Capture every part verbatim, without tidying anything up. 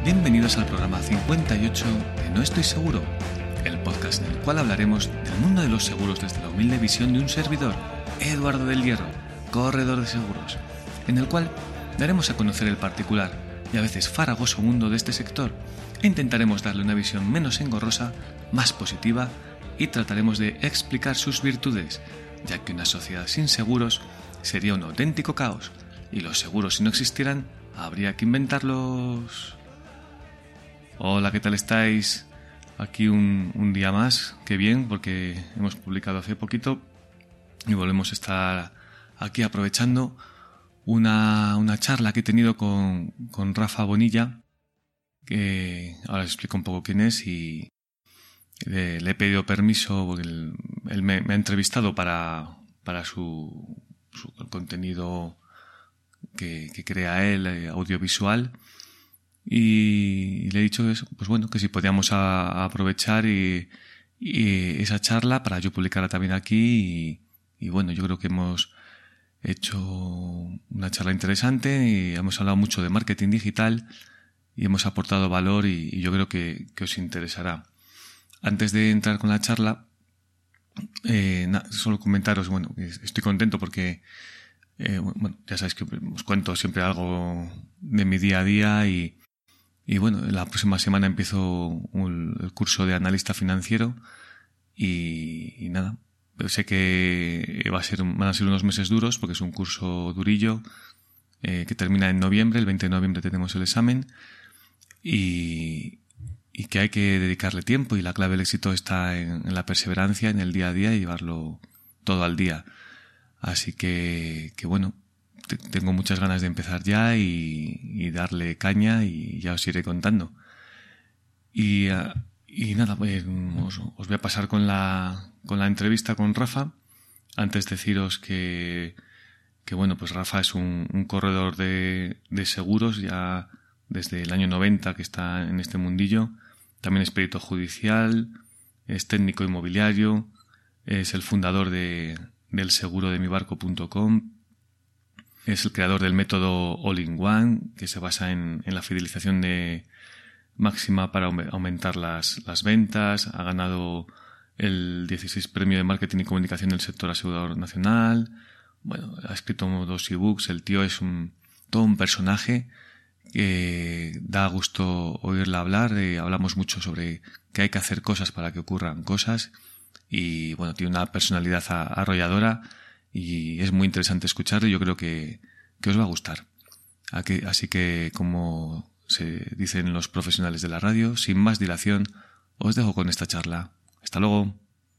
Bienvenidos al programa cincuenta y ocho de No Estoy Seguro, el podcast en el cual hablaremos del mundo de los seguros desde la humilde visión de un servidor, Eduardo del Hierro, corredor de seguros, en el cual daremos a conocer el particular y a veces farragoso mundo de este sector e intentaremos darle una visión menos engorrosa, más positiva y trataremos de explicar sus virtudes, ya que una sociedad sin seguros sería un auténtico caos y los seguros, si no existieran, habría que inventarlos. Hola, ¿qué tal estáis? Aquí un, un día más, qué bien, porque hemos publicado hace poquito y volvemos a estar aquí aprovechando una, una charla que he tenido con, con Rafa Bonilla, que ahora os explico un poco quién es, y le, le he pedido permiso porque él, él me, me ha entrevistado para, para su, su contenido que, que crea él, eh, audiovisual. Y le he dicho eso, pues bueno, que si podíamos a, a aprovechar y, y esa charla para yo publicarla también aquí y, y bueno, yo creo que hemos hecho una charla interesante y hemos hablado mucho de marketing digital y hemos aportado valor y, y yo creo que, que os interesará. Antes de entrar con la charla, eh, na, solo comentaros, bueno, estoy contento porque eh, bueno, ya sabéis que os cuento siempre algo de mi día a día y Y bueno, la próxima semana empiezo un, el curso de analista financiero y, y nada, sé que va a ser, van a ser unos meses duros porque es un curso durillo eh, que termina en noviembre, el veinte de noviembre tenemos el examen y, y que hay que dedicarle tiempo y la clave del éxito está en, en la perseverancia, en el día a día y llevarlo todo al día. Así que, que bueno, tengo muchas ganas de empezar ya y, y darle caña y ya os iré contando. Y, uh, y nada, pues os, os voy a pasar con la, con la entrevista con Rafa. Antes deciros que, que bueno, pues Rafa es un, un corredor de, de seguros ya desde el año noventa que está en este mundillo. También es perito judicial, es técnico inmobiliario, es el fundador de, del seguro de mi barco punto com. Es el creador del método All-in-One, que se basa en, en la fidelización de máxima para aumentar las, las ventas. Ha ganado el dieciséis Premio de Marketing y Comunicación del Sector Asegurador Nacional. Bueno, ha escrito dos ebooks. El tío es un todo un personaje que da gusto oírla hablar. Eh, hablamos mucho sobre que hay que hacer cosas para que ocurran cosas. Y bueno, tiene una personalidad arrolladora. Y es muy interesante escucharlo y yo creo que, que os va a gustar. Aquí, así que, como se dicen los profesionales de la radio, sin más dilación, os dejo con esta charla. Hasta luego.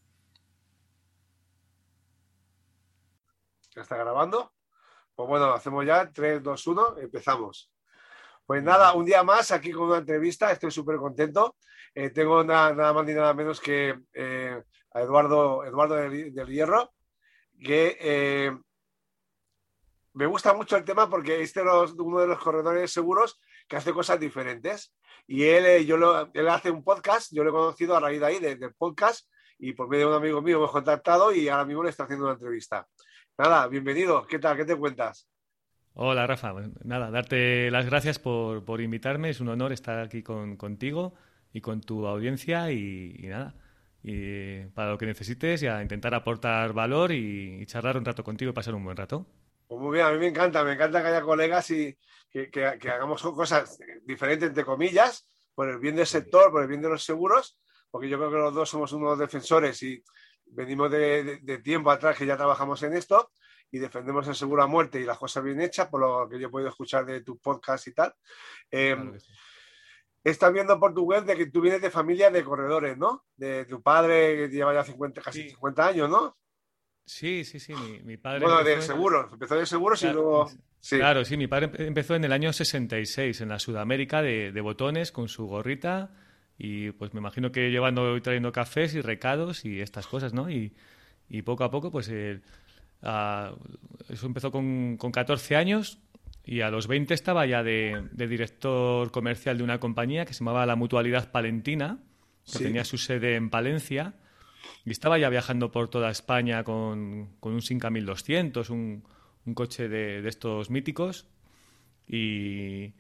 ¿Ya está grabando? Pues bueno, hacemos ya tres, dos, uno, empezamos. Pues nada, un día más aquí con una entrevista, estoy súper contento. Eh, tengo nada, nada más ni nada menos que eh, a Eduardo, Eduardo del, del Hierro, que eh, me gusta mucho el tema porque este es uno de los corredores seguros que hace cosas diferentes. Y él, eh, yo lo, él hace un podcast, yo lo he conocido a raíz de ahí, de, del podcast, y por medio de un amigo mío me he contactado y ahora mismo le está haciendo una entrevista. Nada, bienvenido, ¿qué tal? ¿Qué te cuentas? Hola, Rafa. Nada, darte las gracias por, por invitarme. Es un honor estar aquí con, contigo y con tu audiencia y, y nada. Y para lo que necesites y a intentar aportar valor y, y charlar un rato contigo y pasar un buen rato. Pues muy bien, a mí me encanta, me encanta que haya colegas y que, que, que hagamos cosas diferentes, entre comillas, por el bien del sector, por el bien de los seguros, porque yo creo que los dos somos unos defensores y venimos de, de, de tiempo atrás que ya trabajamos en esto y defendemos el seguro a muerte y las cosas bien hechas, por lo que yo he podido escuchar de tus podcasts y tal. Eh, Claro que sí. Estás viendo por tu web de que tú vienes de familia de corredores, ¿no? De tu padre que lleva ya cincuenta, casi Sí, cincuenta años, ¿no? sí, sí, sí. Mi, mi padre Bueno, de empezó en el... seguros, empezó de seguros y Claro, luego... Sí. claro, sí, mi padre empe- empezó en el año sesenta y seis en la Sudamérica de, de botones con su gorrita y pues me imagino que llevando y trayendo cafés y recados y estas cosas, ¿no? Y, y poco a poco pues eh, ah, eso empezó con, con catorce años y a los veinte estaba ya de, de director comercial de una compañía que se llamaba La Mutualidad Palentina, que Sí. tenía su sede en Palencia. Y estaba ya viajando por toda España con, con un Simca mil doscientos, un, un coche de, de estos míticos. Y,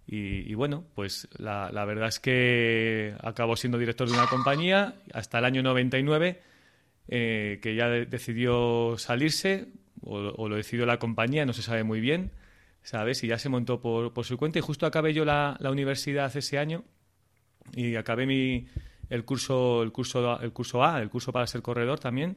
Y, y bueno, pues la, la verdad es que acabó siendo director de una compañía hasta el año noventa y nueve, eh, que ya de, decidió salirse, o, o lo decidió la compañía, no se sabe muy bien, ¿sabes? Y ya se montó por, por su cuenta. Y justo acabé yo la, la universidad ese año y acabé mi, el, curso, el, curso, el curso A, el curso para ser corredor también.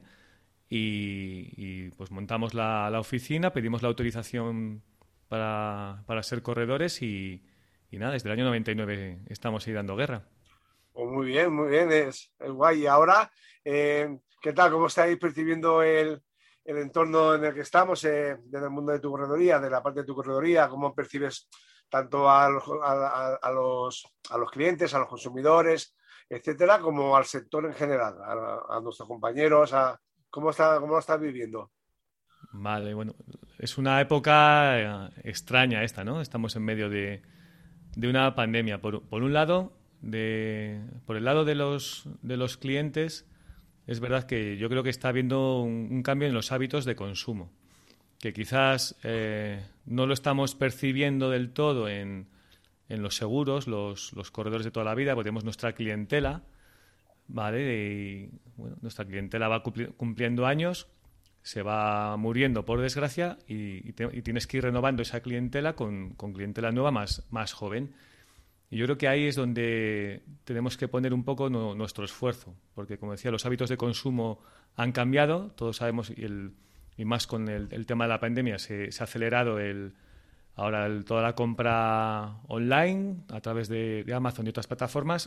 Y, y pues montamos la, la oficina, pedimos la autorización para, para ser corredores y... Y nada, desde el año noventa y nueve estamos ahí dando guerra. Pues muy bien, muy bien, es, es guay. Y ahora, eh, ¿qué tal? ¿Cómo estáis percibiendo el, el entorno en el que estamos, eh, en el mundo de tu corredoría, de la parte de tu corredoría? ¿Cómo percibes tanto a los, a, a los, a los clientes, a los consumidores, etcétera, como al sector en general, a, a nuestros compañeros? A, ¿cómo, está, ¿Cómo lo estás viviendo? Vale, bueno, es una época eh, extraña esta, ¿no? Estamos en medio de... de una pandemia. Por, por un lado, de, por el lado de los, de los clientes, es verdad que yo creo que está habiendo un, un cambio en los hábitos de consumo, que quizás eh, no lo estamos percibiendo del todo en, en los seguros, los, los corredores de toda la vida, porque tenemos nuestra clientela, ¿vale? Y, bueno, nuestra clientela va cumpli- cumpliendo años, se va muriendo por desgracia y, y, te, y tienes que ir renovando esa clientela con, con clientela nueva más, más joven. Y yo creo que ahí es donde tenemos que poner un poco no, nuestro esfuerzo, porque como decía, los hábitos de consumo han cambiado, todos sabemos, y, el, y más con el, el tema de la pandemia se, se ha acelerado el, ahora el, toda la compra online a través de, de Amazon y otras plataformas,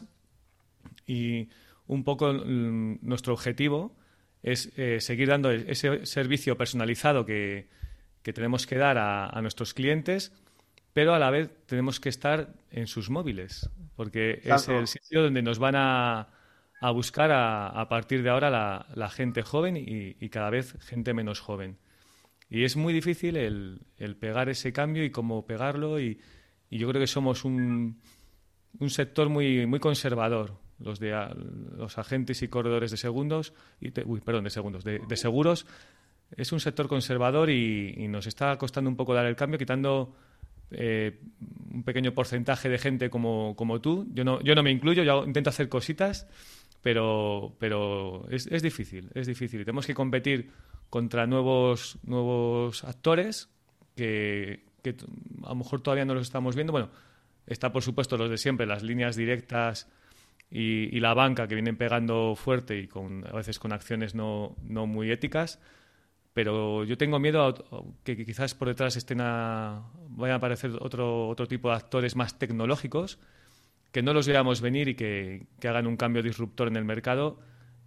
y un poco mm, nuestro objetivo es eh, seguir dando ese servicio personalizado que, que tenemos que dar a, a nuestros clientes, pero a la vez tenemos que estar en sus móviles, porque claro, es el sitio donde nos van a, a buscar a, a partir de ahora la, la gente joven y, y cada vez gente menos joven. Y es muy difícil el, el pegar ese cambio y cómo pegarlo, y, y yo creo que somos un, un sector muy, muy conservador. Los de los agentes y corredores de segundos y te, uy, perdón, de segundos, de, de seguros, es un sector conservador y, y nos está costando un poco dar el cambio, quitando eh, un pequeño porcentaje de gente como, como tú. Yo no, yo no me incluyo, yo intento hacer cositas, pero, pero es, es difícil, es difícil. Tenemos que competir contra nuevos, nuevos actores que, que a lo mejor todavía no los estamos viendo. Bueno, está por supuesto los de siempre, las líneas directas Y, y la banca, que vienen pegando fuerte y con, a veces con acciones no, no muy éticas, pero yo tengo miedo a, a que, que quizás por detrás estén a, vayan a aparecer otro, otro tipo de actores más tecnológicos, que no los veamos venir y que, que hagan un cambio disruptor en el mercado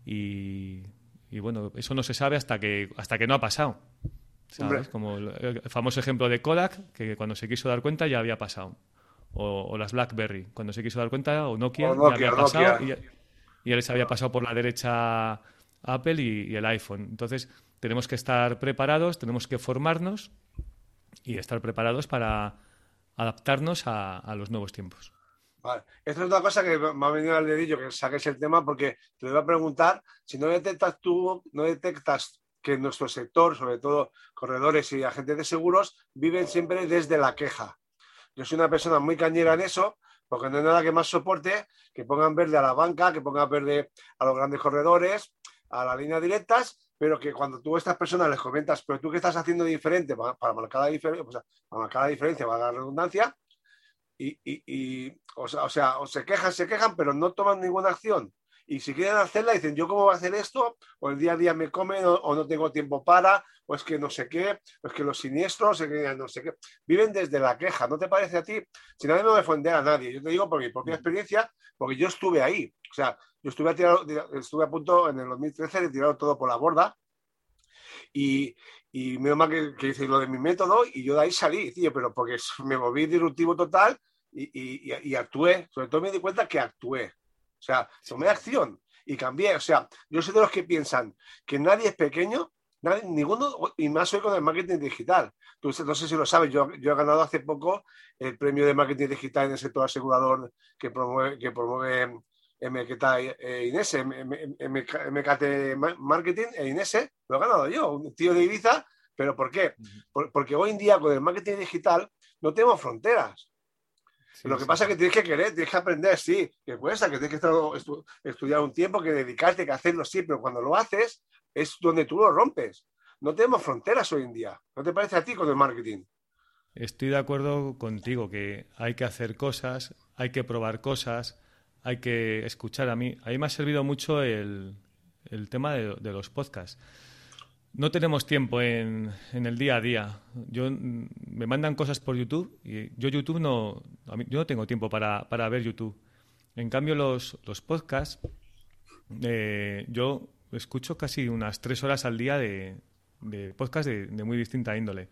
y, y bueno, eso no se sabe hasta que, hasta que no ha pasado, ¿sabes? Como el, el famoso ejemplo de Kodak, que cuando se quiso dar cuenta ya había pasado. O, o las BlackBerry, cuando se quiso dar cuenta, o Nokia, o Nokia ya había pasado y, y él se había pasado por la derecha Apple y, y el iPhone. Entonces tenemos que estar preparados, tenemos que formarnos y estar preparados para adaptarnos a, a los nuevos tiempos. Vale. Esta es una cosa que me ha venido al dedillo, que saques el tema, porque te voy a preguntar si no detectas tú, no detectas que en nuestro sector, sobre todo corredores y agentes de seguros, viven siempre desde la queja. Yo soy una persona muy cañera en eso, porque no hay nada que más soporte que pongan verde a la banca, que pongan verde a los grandes corredores, a las líneas directas, pero que cuando tú a estas personas les comentas, pero tú qué estás haciendo diferente para, para, marcar, la diferencia, o sea, para marcar la diferencia, para la redundancia, y, y, y o, sea, o sea, o se quejan, se quejan, pero no toman ninguna acción. Y si quieren hacerla, dicen, ¿yo cómo voy a hacer esto? O el día a día me comen, o, o no tengo tiempo para, o es que no sé qué, o es que los siniestros, no sé qué. Viven desde la queja, ¿no te parece a ti? Si nadie me va a defender a nadie, yo te digo por mi propia experiencia, porque yo estuve ahí. O sea, yo estuve a, tirar, estuve a punto en el dos mil trece de tirar todo por la borda, y, y menos mal que, que hice lo de mi método, y yo de ahí salí, tío, pero porque me volví disruptivo total y, y, y, y actué. Sobre todo me di cuenta que actué. O sea, tomé acción y cambié. O sea, yo soy de los que piensan que nadie es pequeño, nadie, ninguno, y más hoy con el marketing digital. Tú no sé si lo sabes, yo, yo he ganado hace poco el premio de marketing digital en el sector asegurador que promueve, que promueve M K T e Inés, M K T Marketing e Inés, lo he ganado yo, un tío de Ibiza. ¿Pero por qué? Por, porque hoy en día con el marketing digital no tenemos fronteras. Sí, Lo que sí. pasa es que tienes que querer, tienes que aprender, sí, que cuesta, que tienes que estu estudiar un tiempo, que dedicarte, que hacerlo, sí, pero cuando lo haces es donde tú lo rompes. No tenemos fronteras hoy en día. ¿No te parece a ti con el marketing? Estoy de acuerdo contigo que hay que hacer cosas, hay que probar cosas, hay que escuchar. A mí, a mí me ha servido mucho el, el tema de, de los podcasts. No tenemos tiempo en, en el día a día. Yo, me mandan cosas por YouTube y yo YouTube no, a mí- yo no tengo tiempo para, para ver YouTube. En cambio, los, los podcasts, eh, yo escucho casi unas tres horas al día de, de podcast de, de muy distinta índole.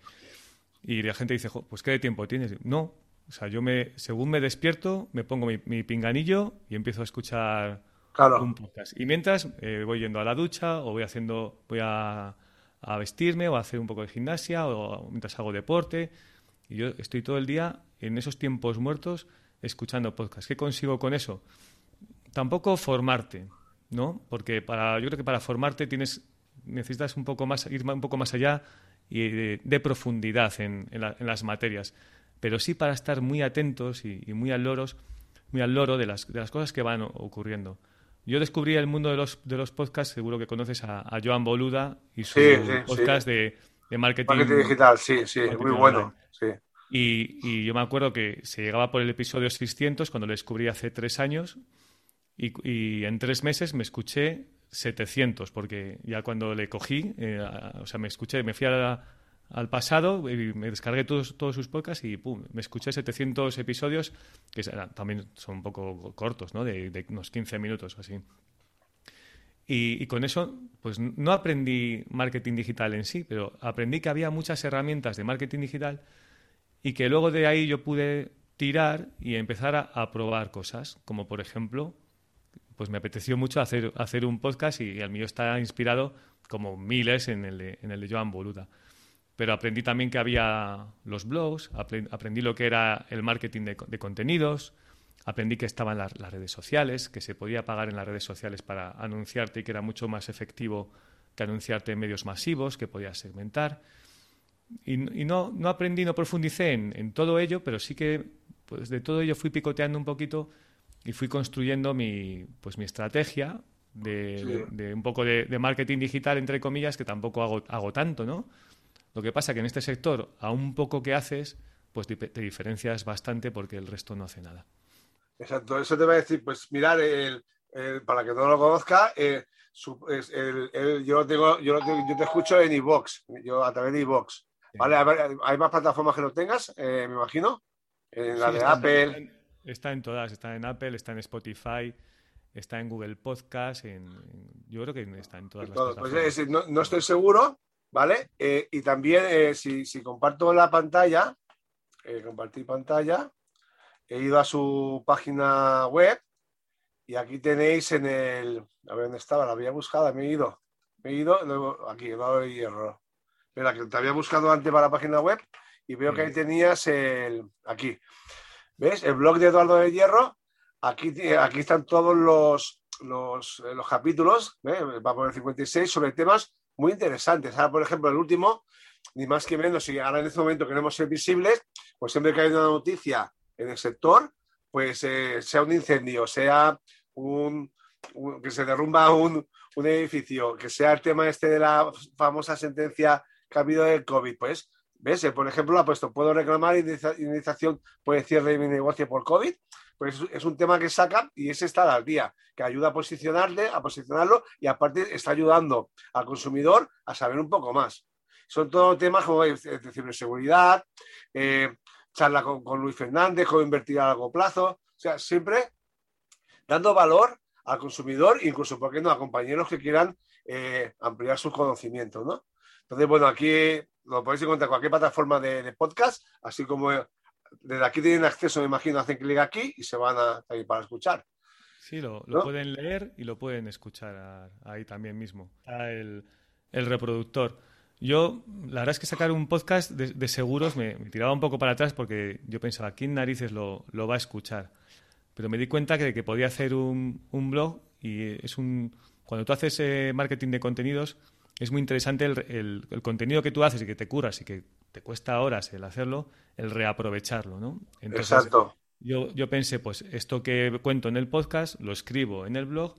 Y la gente dice, "Jo, pues ¿qué de tiempo tienes?". No, o sea, yo me, según me despierto, me pongo mi, mi pinganillo y empiezo a escuchar un Claro, podcast. Y mientras eh, voy yendo a la ducha o voy haciendo, voy a, a vestirme o a hacer un poco de gimnasia o mientras hago deporte. Y yo estoy todo el día en esos tiempos muertos escuchando podcast. ¿Qué consigo con eso? Tampoco formarte, ¿no? Porque para, yo creo que para formarte tienes, necesitas un poco más, ir un poco más allá y de, de profundidad en, en, la, en las materias. Pero sí para estar muy atentos y, y muy al loros, muy al loro de las, de las cosas que van ocurriendo. Yo descubrí el mundo de los, de los podcasts, seguro que conoces a, a Joan Boluda y sí, sí, su sí. podcast de, de Marketing marketing, digital, sí, sí, muy marketing online. bueno, sí. Y, y yo me acuerdo que se llegaba por el episodio seiscientos cuando lo descubrí hace tres años y, y en tres meses me escuché setecientos porque ya cuando le cogí, eh, a- o sea, me escuché, me fui a la- al pasado y me descargué todos, todos sus podcasts y pum, me escuché setecientos episodios que eran- también son un poco cortos, ¿no? De, de unos quince minutos o así. Y, y con eso, pues no aprendí marketing digital en sí, pero aprendí que había muchas herramientas de marketing digital y que luego de ahí yo pude tirar y empezar a, a probar cosas, como por ejemplo, pues me apeteció mucho hacer, hacer un podcast y el mío está inspirado como miles en el de, en el de Joan Boluda. Pero aprendí también que había los blogs, apre- aprendí lo que era el marketing de, de contenidos, aprendí que estaban las, las redes sociales, que se podía pagar en las redes sociales para anunciarte y que era mucho más efectivo que anunciarte en medios masivos, que podías segmentar. Y, y no, no aprendí, no profundicé en, en todo ello, pero sí que pues de todo ello fui picoteando un poquito y fui construyendo mi, pues, mi estrategia de, Sí. de- de un poco de, de marketing digital, entre comillas, que tampoco hago, hago tanto, ¿no? Lo que pasa que en este sector, a un poco que haces, pues te, te diferencias bastante porque el resto no hace nada. Exacto, eso te va a decir, pues mirar, el, el- para que no lo conozca, eh, su- es el- el- yo, lo tengo, yo, lo tengo- yo te escucho en iVoox, yo a través de iVoox. ¿Vale? A ver, hay más plataformas que lo tengas, eh, me imagino, en la Sí, de está en, está Apple. en- está en todas, está en Apple, está en Spotify, está en Google Podcast, en, en- yo creo que está en todas Y las todo. Pues plataformas. es- no, no estoy seguro, ¿vale? Eh, y también eh, si, si comparto la pantalla, eh, compartir pantalla, he ido a su página web y aquí tenéis en el, a ver dónde estaba, la había buscado, me he ido, me he ido, luego aquí, el lado de hierro. Mira, que te había buscado antes para la página web y veo que ahí Sí. tenías el, aquí, ¿ves? El blog de Eduardo de Hierro, aquí, aquí están todos los, los, eh, los capítulos, ¿eh? Va por el cincuenta y seis sobre temas muy interesantes. Ahora, por ejemplo, el último, ni más que menos, y ahora en este momento queremos ser visibles, pues siempre que hay una noticia en el sector, pues eh, sea un incendio, sea un, un- que se derrumba un, un edificio, que sea el tema este de la famosa sentencia que ha habido del COVID, pues, ¿ves? Eh, Por ejemplo, ha puesto, puedo reclamar indemniza- indemnización por el cierre de mi negocio por COVID, pues es- es un tema que saca y ese está al día, que ayuda a posicionarle, a posicionarlo y aparte está ayudando al consumidor a saber un poco más. Son todos temas como eh, de ciberseguridad, eh, charla con, con Luis Fernández, cómo invertir a largo plazo, o sea, siempre dando valor al consumidor, incluso, ¿por qué no?, a compañeros que quieran eh, ampliar sus conocimientos, ¿no? Entonces, bueno, aquí lo podéis encontrar en cualquier plataforma de, de podcast, así como eh, desde aquí tienen acceso, me imagino, hacen clic aquí y se van a, a ir para escuchar, Sí, lo, lo ¿no? pueden leer y lo pueden escuchar a- ahí también mismo. Está el, el reproductor. Yo, la verdad es que sacar un podcast de, de seguros me, me tiraba un poco para atrás porque yo pensaba, ¿quién narices lo, lo va a escuchar? Pero me di cuenta que, que podía hacer un, un blog y es un... Cuando tú haces eh, marketing de contenidos, es muy interesante el, el- el contenido que tú haces y que te curas y que te cuesta horas el hacerlo, el reaprovecharlo, ¿no? Entonces, Exacto. yo, yo pensé, pues esto que cuento en el podcast lo escribo en el blog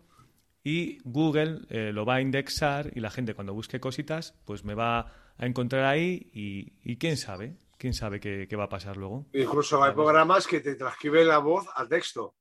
y Google eh, lo va a indexar y la gente cuando busque cositas pues me va a encontrar ahí y, y quién sabe, quién sabe qué, qué va a pasar luego. Incluso hay programas que te transcriben la voz al texto.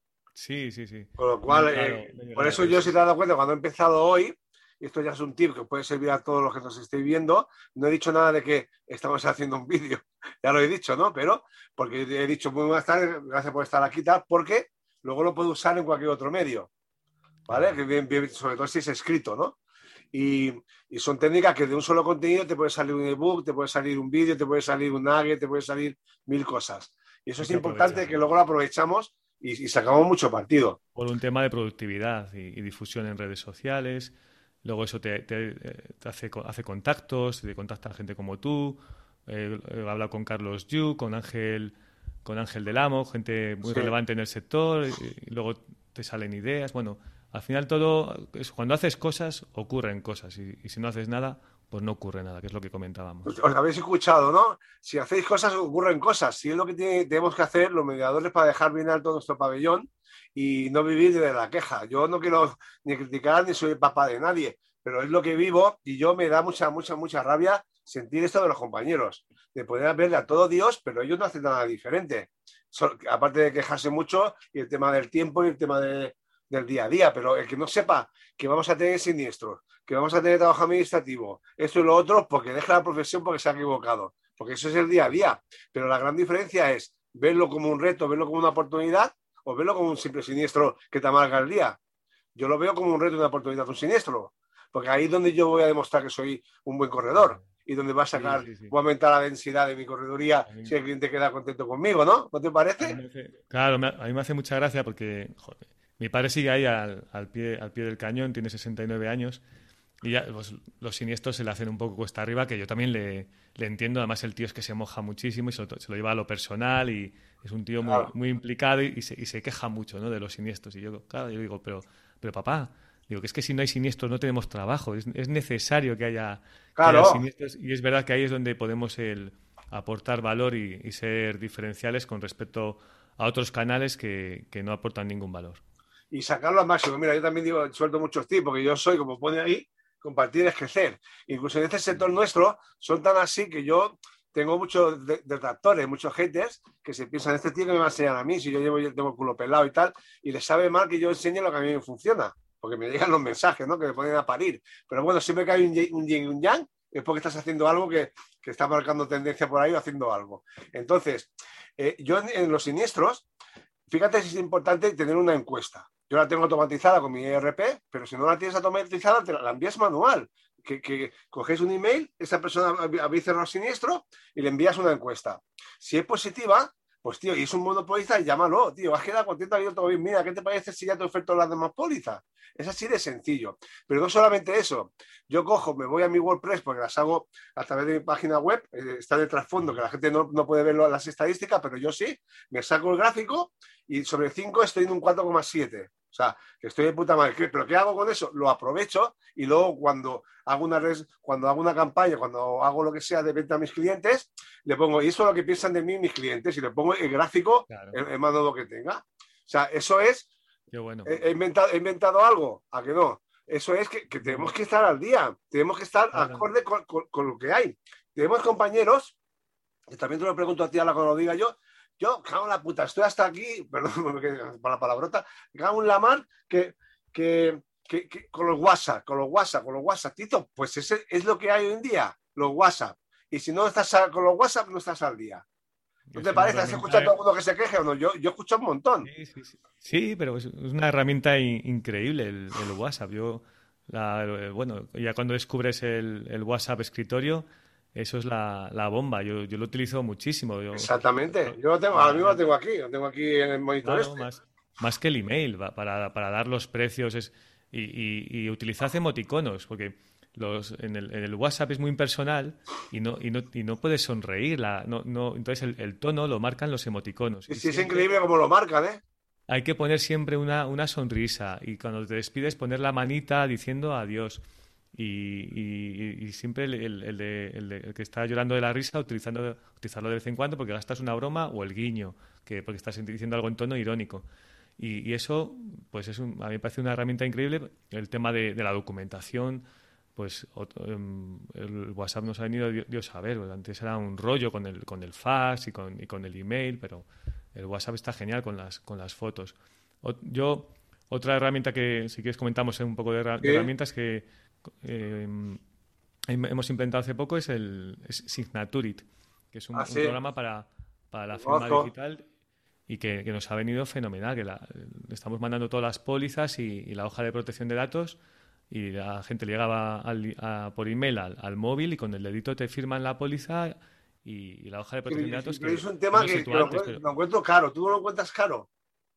Sí, sí, sí. Con lo cual, Claro, eh, claro, por eso yo, si te he dado cuenta, cuando he empezado hoy, y esto ya es un tip que puede servir a todos los que nos estéis viendo, no he dicho nada de que estamos haciendo un vídeo, ya lo he dicho, ¿no? Pero, porque he dicho muy buenas tardes, gracias por estar aquí, tal, porque luego lo puedo usar en cualquier otro medio, ¿vale? Que bien, bien, sobre todo si es escrito, ¿no? Y, y son técnicas que de un solo contenido te puede salir un ebook, te puede salir un vídeo, te puede salir un nugget, te puede salir mil cosas. Y eso es importante que luego lo aprovechamos y, y sacamos mucho partido. Por un tema de productividad y, y difusión en redes sociales. Luego eso te, te, te hace, hace contactos, te contacta a gente como tú. Eh, he hablado con Carlos Yu, con Ángel, con Ángel del Amo, gente muy sí. relevante en el sector. Y, y luego te salen ideas. Bueno, al final todo, es, cuando haces cosas, ocurren cosas. Y, y si no haces nada, pues no ocurre nada, que es lo que comentábamos. Os habéis escuchado, ¿no? Si hacéis cosas, ocurren cosas. Si es lo que tiene, tenemos que hacer los mediadores para dejar bien alto nuestro pabellón y no vivir de la queja. Yo no quiero ni criticar ni soy el papá de nadie, pero es lo que vivo y yo me da mucha, mucha, mucha rabia sentir esto de los compañeros, de poder verle a todo Dios, pero ellos no hacen nada diferente. So, aparte de quejarse mucho y el tema del tiempo y el tema de, del día a día, pero el que no sepa que vamos a tener siniestros, que vamos a tener trabajo administrativo, esto y lo otro, porque deja la profesión porque se ha equivocado, porque eso es el día a día. Pero la gran diferencia es verlo como un reto, verlo como una oportunidad o verlo como un simple siniestro que te amarga el día. Yo lo veo como un reto y una oportunidad, un siniestro, porque ahí es donde yo voy a demostrar que soy un buen corredor y donde va a sacar, sí, sí, sí. voy a aumentar la densidad de mi correduría mí, si el cliente queda contento conmigo, ¿no? ¿No te parece? A mí hace, claro, a mí me hace mucha gracia porque joder, mi padre sigue ahí al, al, pie, al pie del cañón, tiene sesenta y nueve años y ya pues, los siniestros se le hacen un poco cuesta arriba, que yo también le, le entiendo. Además el tío es que se moja muchísimo y se lo, se lo lleva a lo personal y es un tío muy, claro. muy implicado y, y, se, y se queja mucho, ¿no?, de los siniestros. Y yo, claro, yo digo, pero, pero papá, digo que es que si no hay siniestros no tenemos trabajo, es, es necesario que haya, claro. que haya siniestros y es verdad que ahí es donde podemos el, aportar valor y, y ser diferenciales con respecto a otros canales que, que no aportan ningún valor. Y sacarlo al máximo. Mira, yo también digo, suelto muchos tips, porque yo soy, como pone ahí, compartir es crecer. Incluso en este sector nuestro son tan así que yo tengo muchos detractores, muchos haters que se piensan, este tío que me va a enseñar a mí, si yo llevo, yo tengo el culo pelado y tal, y les sabe mal que yo enseñe lo que a mí me funciona, porque me llegan los mensajes, ¿no?, que me ponen a parir. Pero bueno, siempre que hay un yin, un yin y un yang, es porque estás haciendo algo que, que está marcando tendencia por ahí o haciendo algo. Entonces, eh, yo en, en los siniestros, fíjate si es importante tener una encuesta. Yo la tengo automatizada con mi E R P, pero si no la tienes automatizada, te la, la envías manual. Que, que cogéis un email, esa persona habéis cerrado siniestro y le envías una encuesta. Si es positiva, pues tío, y es un monopolista, llámalo, tío, has quedado contento, ha ido todo bien, mira, ¿qué te parece si ya te oferto las demás pólizas? Es así de sencillo. Pero no solamente eso, yo cojo, me voy a mi WordPress porque las hago a través de mi página web, eh, está de trasfondo, que la gente no, no puede ver las estadísticas, pero yo sí, me saco el gráfico y sobre cinco estoy en un cuatro coma siete. O sea, que estoy de puta madre. ¿Pero qué hago con eso? Lo aprovecho y luego cuando hago una red, cuando hago una campaña, cuando hago lo que sea de venta a mis clientes, le pongo, y eso es lo que piensan de mí mis clientes, y le pongo el gráfico, claro, el, el más nuevo que tenga. O sea, eso es... Qué bueno. He, he, inventado, he inventado algo, ¿a que no? Eso es que, que tenemos que estar al día, tenemos que estar claro. acorde con, con, con lo que hay. Tenemos compañeros, que también te lo pregunto a ti, a la cuando lo diga yo, yo, cago en la puta, estoy hasta aquí, perdón para la palabrota, cago en la mar que, que, que, que con los WhatsApp, con los WhatsApp, con los WhatsApp, Tito, pues ese es lo que hay hoy en día, los WhatsApp. Y si no estás a, con los WhatsApp, no estás al día. ¿No te parece? ¿Has escuchado a todo el mundo que se queje o no? Yo, yo escucho un montón. Sí, sí, sí. Sí, pero es una herramienta increíble el, el WhatsApp. Yo, la, el, bueno, ya cuando descubres el, el WhatsApp escritorio, eso es la, la bomba. Yo, yo lo utilizo muchísimo. Yo, Exactamente. Yo lo tengo, ahora mismo lo tengo aquí. Lo tengo aquí en el monitor claro, este. Más, más que el email, para, para dar los precios. Es, y, y, y utilizad emoticonos, porque los, en, el, en el WhatsApp es muy impersonal y no, y no, y no puedes sonreír. La, no, no, entonces el, el tono lo marcan los emoticonos. Sí, sí, es increíble cómo lo marcan, ¿eh? Hay que poner siempre una, una sonrisa y cuando te despides poner la manita diciendo adiós. Y, y- y siempre el, el- el de- el de- el que está llorando de la risa utilizando, utilizarlo de vez en cuando porque gastas una broma o el guiño, que porque estás diciendo algo en tono irónico. Y, y eso, pues es un- a mí me parece una herramienta increíble. El tema de, de la documentación, pues ot- em, el WhatsApp nos ha venido Dios, Dios a ver. Antes era un rollo con el, con el fax y con, y con el email, pero el WhatsApp está genial con las, con las fotos. Ot- yo, otra herramienta que, si quieres, comentamos un poco de, herra- de Sí. herramientas que eh, hem- hemos implementado hace poco es el es Signaturit, que es un, Ah, un sí, programa para, para la lo firma conozco. digital y que, que nos ha venido fenomenal, que la- le estamos mandando todas las pólizas y, y la hoja de protección de datos y la gente le llegaba al- a- por email al, al móvil y con el dedito te firman la póliza y, y la hoja de Pero, protección de datos pero es que, un que tema no sé que, tú que lo, antes, encuent- pero lo encuentro caro. ¿Tú no lo encuentras caro?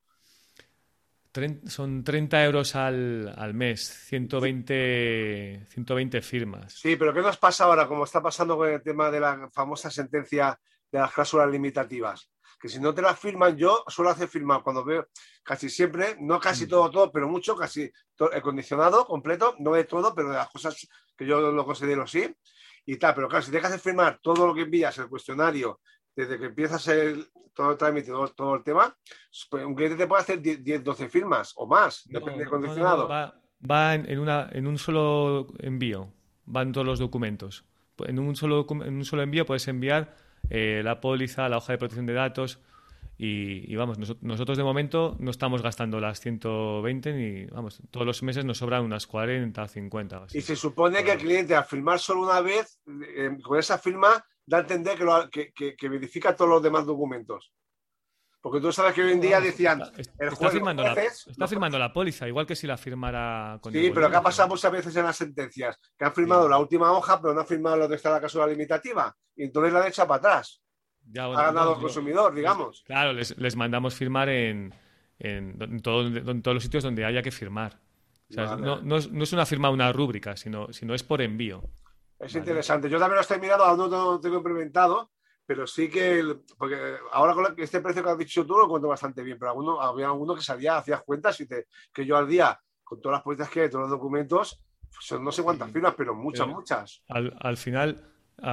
tren- son treinta euros al, al mes, ciento veinte, ciento veinte firmas. Sí, pero ¿qué nos pasa ahora, como está pasando con el tema de la famosa sentencia de las cláusulas limitativas? Que si no te las firman, yo suelo hacer firmar cuando veo casi siempre, no casi Mm. todo, todo, pero mucho, casi to- el condicionado completo, no de todo, pero de las cosas que yo lo considero sí, y tal. Pero claro, si dejas de firmar todo lo que envías, el cuestionario, desde que empiezas el, todo el trámite, todo, todo el tema, pues un cliente te puede hacer diez, diez, doce firmas o más, depende No, del no, no, no, condicionado. va, va en, en una, en un solo envío, van todos los documentos. En un solo, docu- en un solo envío puedes enviar eh, la póliza, la hoja de protección de datos y, y vamos, noso- nosotros de momento no estamos gastando las ciento veinte ni, vamos, todos los meses nos sobran unas cuarenta, cincuenta o Y así. se supone que el Por- cliente al firmar solo una vez, eh, con esa firma, da a entender que, lo- que- que- que verifica todos los demás documentos. Porque tú sabes que hoy en No, día vamos, decían, está, es- el está juez, los firmando la, jueces, está los firmando jueces- la póliza, igual que si la firmara con el sí, pero ¿qué ha bolígrafo, pasado ¿no? muchas veces en las sentencias? Que han firmado Sí. la última hoja, pero no han firmado donde está la cláusula limitativa. Y entonces la han echado para atrás. Ya, Ha bueno, ganado no, el yo- consumidor, les- digamos. claro, les, les mandamos firmar en, en, do- en todo- en todos los sitios donde haya que firmar. O sea, Vale. no, no es, no es una firma, una rúbrica, sino, sino es por envío. Es ¿Vale? interesante. Yo también lo estoy mirando, aún no lo tengo implementado, pero sí que, el- porque ahora con este precio que has dicho tú lo encuentro bastante bien, pero alguno, había alguno que salía, hacías cuentas y te, que yo al día, con todas las pólizas que hay, todos los documentos, son no sé cuántas Sí. firmas, pero muchas, Pero muchas. al, al final,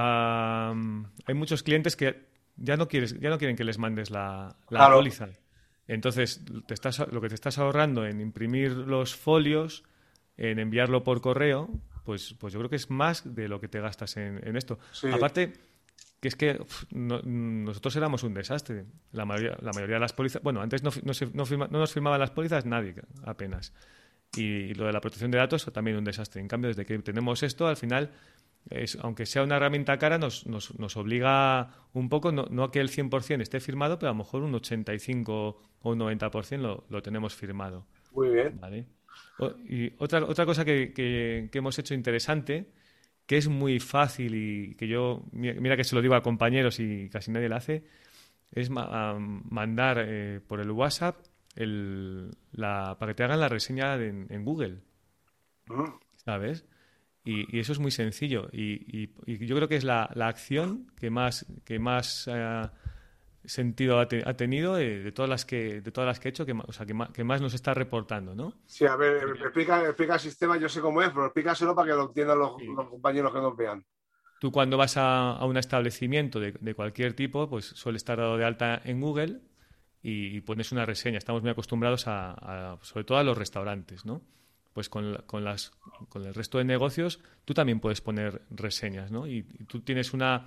am, hay muchos clientes que ya no quieres, ya no quieren que les mandes la, la Claro. póliza. Entonces, te estás, lo que te estás ahorrando en imprimir los folios, en enviarlo por correo, pues, pues yo creo que es más de lo que te gastas en, en esto. Sí. Aparte, que es que uf, no- nosotros éramos un desastre. La mayoría, la mayoría de las pólizas, bueno, antes no, fi- no, se- no firma- no nos firmaban las pólizas nadie, apenas. Y lo de la protección de datos también un desastre. En cambio, desde que tenemos esto, al final, es- aunque sea una herramienta cara, nos, nos, nos obliga un poco, no, no a que el cien por ciento esté firmado, pero a lo mejor un ochenta y cinco o un noventa por ciento lo, lo tenemos firmado. Muy bien. ¿Vale? O- y otra, otra cosa que, que- que hemos hecho interesante, que es muy fácil y que yo, mi- mira que se lo digo a compañeros y casi nadie lo hace, es ma- am- mandar eh, por el WhatsApp el, la, para que te hagan la reseña en, en Google, Mm. ¿sabes? Y, y eso es muy sencillo. Y, y- y yo creo que es la, la acción que más, que más eh, sentido ha, te- ha tenido de, de todas las que, de todas las que he hecho, que, ma- o sea, que, ma- que más nos está reportando, ¿no? Sí, a ver, explica, explica el sistema, yo sé cómo es, pero explícaselo para que lo entiendan los, Sí. los compañeros que nos vean. Tú cuando vas a, a un establecimiento de, de cualquier tipo, pues suele estar dado de alta en Google y, y pones una reseña. Estamos muy acostumbrados a, a- sobre todo a los restaurantes, ¿no? Pues con, la- con, las, con el resto de negocios tú también puedes poner reseñas, ¿no? Y, y tú tienes una,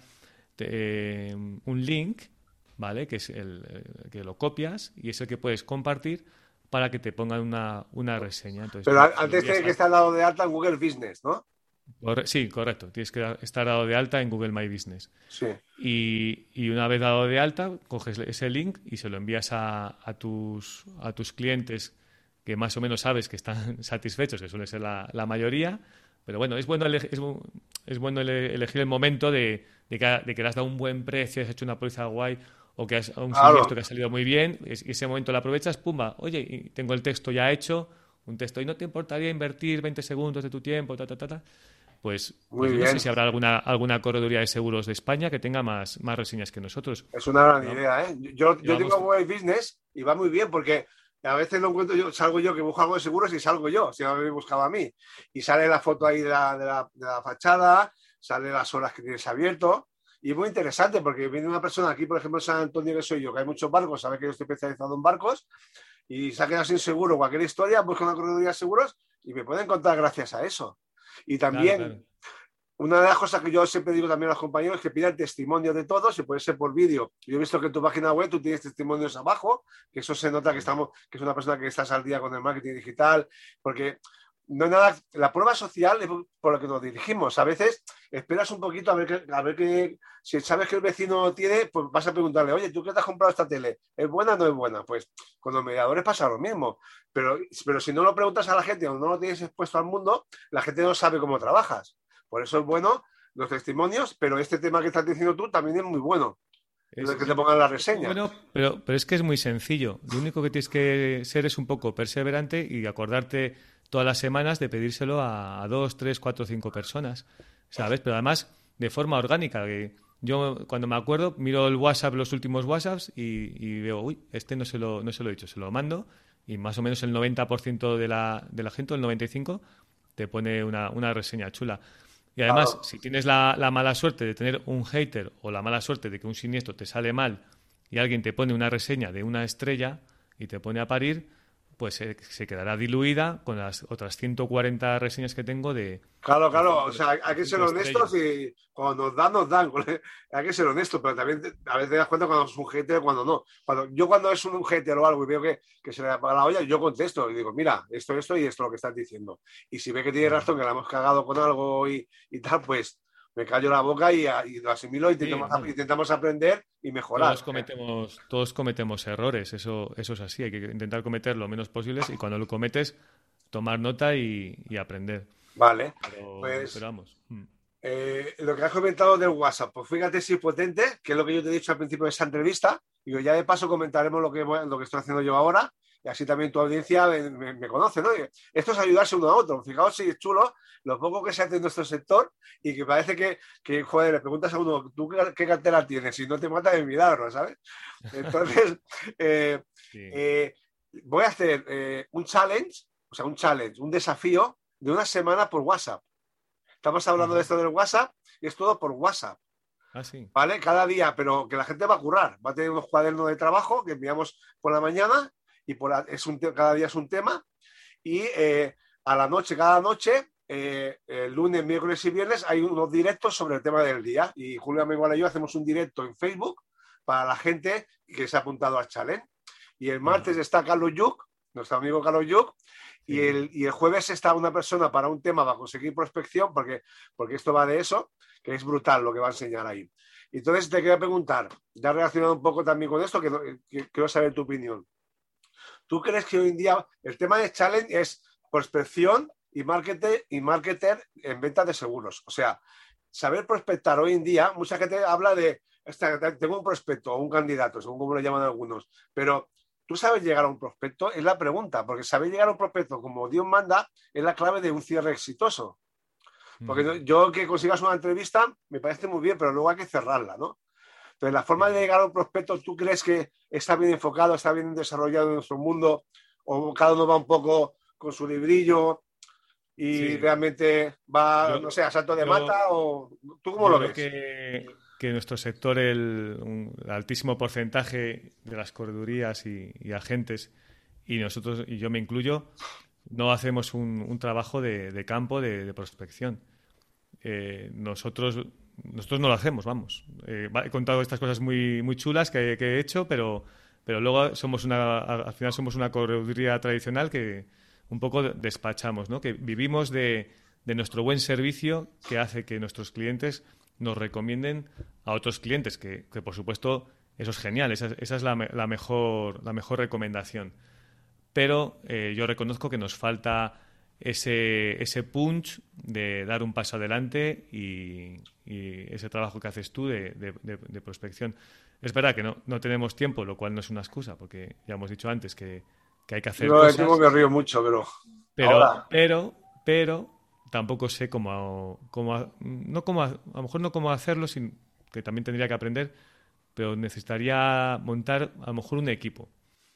te- un link, ¿vale? Que es el eh, que lo copias y es el que puedes compartir para que te pongan una, una reseña. Entonces, Pero tú- a- tú antes envías tiene que a- estar dado de alta en Google Business, ¿no? Corre- Sí, correcto. Tienes que estar dado de alta en Google My Business. Sí. Y, y una vez dado de alta, coges ese link y se lo envías a, a tus, a tus clientes que más o menos sabes que están satisfechos, que suele ser la, la mayoría. Pero bueno, es bueno, ele- es, bu- es bueno ele- elegir el momento de, de que, ha- de que le has dado un buen precio, has hecho una póliza guay o que has un Claro. siniestro que ha salido muy bien. es- Y ese momento lo aprovechas, pumba, oye, y tengo el texto ya hecho, un texto, ¿y no te importaría invertir veinte segundos de tu tiempo, ta, ta, ta, ta? Pues, Muy pues yo no bien. sé si habrá alguna, alguna correduría de seguros de España que tenga más, más reseñas que nosotros. Es una gran No. idea, ¿eh? Yo, yo Llevamos- tengo Google Business y va muy bien porque Y a veces lo encuentro yo, salgo yo que busco algo de seguros y salgo yo, si no me habéis buscado a mí. Y sale la foto ahí de la, de la, de la fachada, sale las horas que tienes abierto. Y es muy interesante porque viene una persona aquí, por ejemplo, en San Antonio, que soy yo, que hay muchos barcos, sabe que yo estoy especializado en barcos, y se ha quedado sin seguro cualquier historia, busca una correduría de seguros y me pueden contar gracias a eso. Y también, claro, claro. Una de las cosas que yo siempre digo también a los compañeros es que pidan testimonio de todos, y puede ser por vídeo. Yo he visto que en tu página web tú tienes testimonios abajo, que eso se nota que estamos, que es una persona que estás al día con el marketing digital, porque no hay nada, la prueba social es por lo que nos dirigimos. A veces esperas un poquito a ver que, a ver que si sabes que el vecino tiene, pues vas a preguntarle, oye, ¿tú qué te has comprado esta tele? ¿Es buena o no es buena? Pues con los mediadores pasa lo mismo. Pero, pero si no lo preguntas a la gente o no lo tienes expuesto al mundo, la gente no sabe cómo trabajas. Por eso es bueno los testimonios, pero este tema que estás diciendo tú también es muy bueno. Es, el que te pongan la reseña. Bueno, pero, pero es que es muy sencillo. Lo único que tienes que ser es un poco perseverante y acordarte todas las semanas de pedírselo a, a dos, tres, cuatro, cinco personas, ¿sabes? Pero además de forma orgánica. Que yo cuando me acuerdo miro el WhatsApp, los últimos WhatsApps y, y veo, uy, este no se lo, no se lo he dicho, se lo mando y más o menos el noventa por ciento de la, de la gente, el noventa y cinco por ciento, te pone una, una reseña chula. Y además, claro, si tienes la, la mala suerte de tener un hater o la mala suerte de que un siniestro te sale mal y alguien te pone una reseña de una estrella y te pone a parir, pues se, se quedará diluida con las otras ciento cuarenta reseñas que tengo de... Claro, claro, o sea, hay que ser honestos y cuando nos dan, nos dan. Hay que ser honestos, pero también a veces te das cuenta cuando es un hater o cuando no. Cuando, yo cuando es un hater o algo y veo que, que se le apaga la olla, yo contesto y digo, mira, esto, esto y esto es lo que estás diciendo. Y si ve que tiene razón, que la hemos cagado con algo y, y tal, pues me callo la boca y, y lo asimilo y intentamos, sí, bueno, intentamos aprender y mejorar. Todos cometemos, todos cometemos errores, eso, eso es así, hay que intentar cometer lo menos posibles y cuando lo cometes, tomar nota y, y aprender. Vale, pero, pues pero vamos. Eh, lo que has comentado del WhatsApp, pues fíjate si es potente, que es lo que yo te he dicho al principio de esta entrevista, y ya de paso comentaremos lo que, lo que estoy haciendo yo ahora, y así también tu audiencia me, me, me conoce, ¿no? Esto es ayudarse uno a otro. Fijaos si es chulo lo poco que se hace en nuestro sector y que parece que, que joder, le preguntas a uno, ¿tú qué, qué cartera tienes? Y no te mata de milagro, ¿sabes? Entonces, eh, sí. eh, voy a hacer eh, un challenge, o sea, un challenge, un desafío de una semana por WhatsApp. Estamos hablando, ajá, de esto del WhatsApp y es todo por WhatsApp. Ah, sí. ¿Vale? Cada día, pero que la gente va a currar. Va a tener unos cuadernos de trabajo que enviamos por la mañana y por la, es un, cada día es un tema. Y eh, a la noche, cada noche, eh, el lunes, miércoles y viernes, hay unos directos sobre el tema del día. Y Julio Igual y yo hacemos un directo en Facebook para la gente que se ha apuntado al challenge. Y el martes, ajá, está Carlos Yuc, nuestro amigo Carlos Yuc. Y el, y el jueves está una persona para un tema para conseguir prospección, porque, porque esto va de eso, que es brutal lo que va a enseñar ahí. Entonces te quería preguntar, ya relacionado un poco también con esto, que, que quiero saber tu opinión. ¿Tú crees que hoy en día el tema de challenge es prospección y marketer, y marketer en ventas de seguros? O sea, saber prospectar hoy en día, mucha gente habla de, tengo un prospecto o un candidato, según como lo llaman algunos, pero... ¿tú sabes llegar a un prospecto? Es la pregunta, porque saber llegar a un prospecto como Dios manda es la clave de un cierre exitoso. Porque mm. yo que consigas una entrevista me parece muy bien, pero luego hay que cerrarla, ¿no? Entonces, la forma de llegar a un prospecto, ¿tú crees que está bien enfocado, está bien desarrollado en nuestro mundo? ¿O cada uno va un poco con su librillo y sí, realmente va, yo, no sé, a salto de yo, mata? ¿O tú cómo lo ves? Que... que en nuestro sector el, un, el altísimo porcentaje de las corredurías y, y agentes, y nosotros, y yo me incluyo, no hacemos un, un trabajo de, de campo de, de prospección. Eh, nosotros, nosotros no lo hacemos, vamos. Eh, he contado estas cosas muy, muy chulas que, que he hecho, pero, pero luego somos una, al final somos una correduría tradicional que un poco despachamos, ¿no? Que vivimos de, de nuestro buen servicio que hace que nuestros clientes nos recomienden a otros clientes, que, que por supuesto eso es genial, esa, esa es la, la, mejor, la mejor recomendación. Pero eh, yo reconozco que nos falta ese, ese punch de dar un paso adelante y, y ese trabajo que haces tú de, de, de, de prospección. Es verdad que no, no tenemos tiempo, lo cual no es una excusa, porque ya hemos dicho antes que, que hay que hacer no, cosas. Yo me río mucho, pero... Pero, ahora... pero, pero... tampoco sé cómo, cómo no cómo, a lo mejor no cómo hacerlo, sin, que también tendría que aprender, pero necesitaría montar a lo mejor un equipo.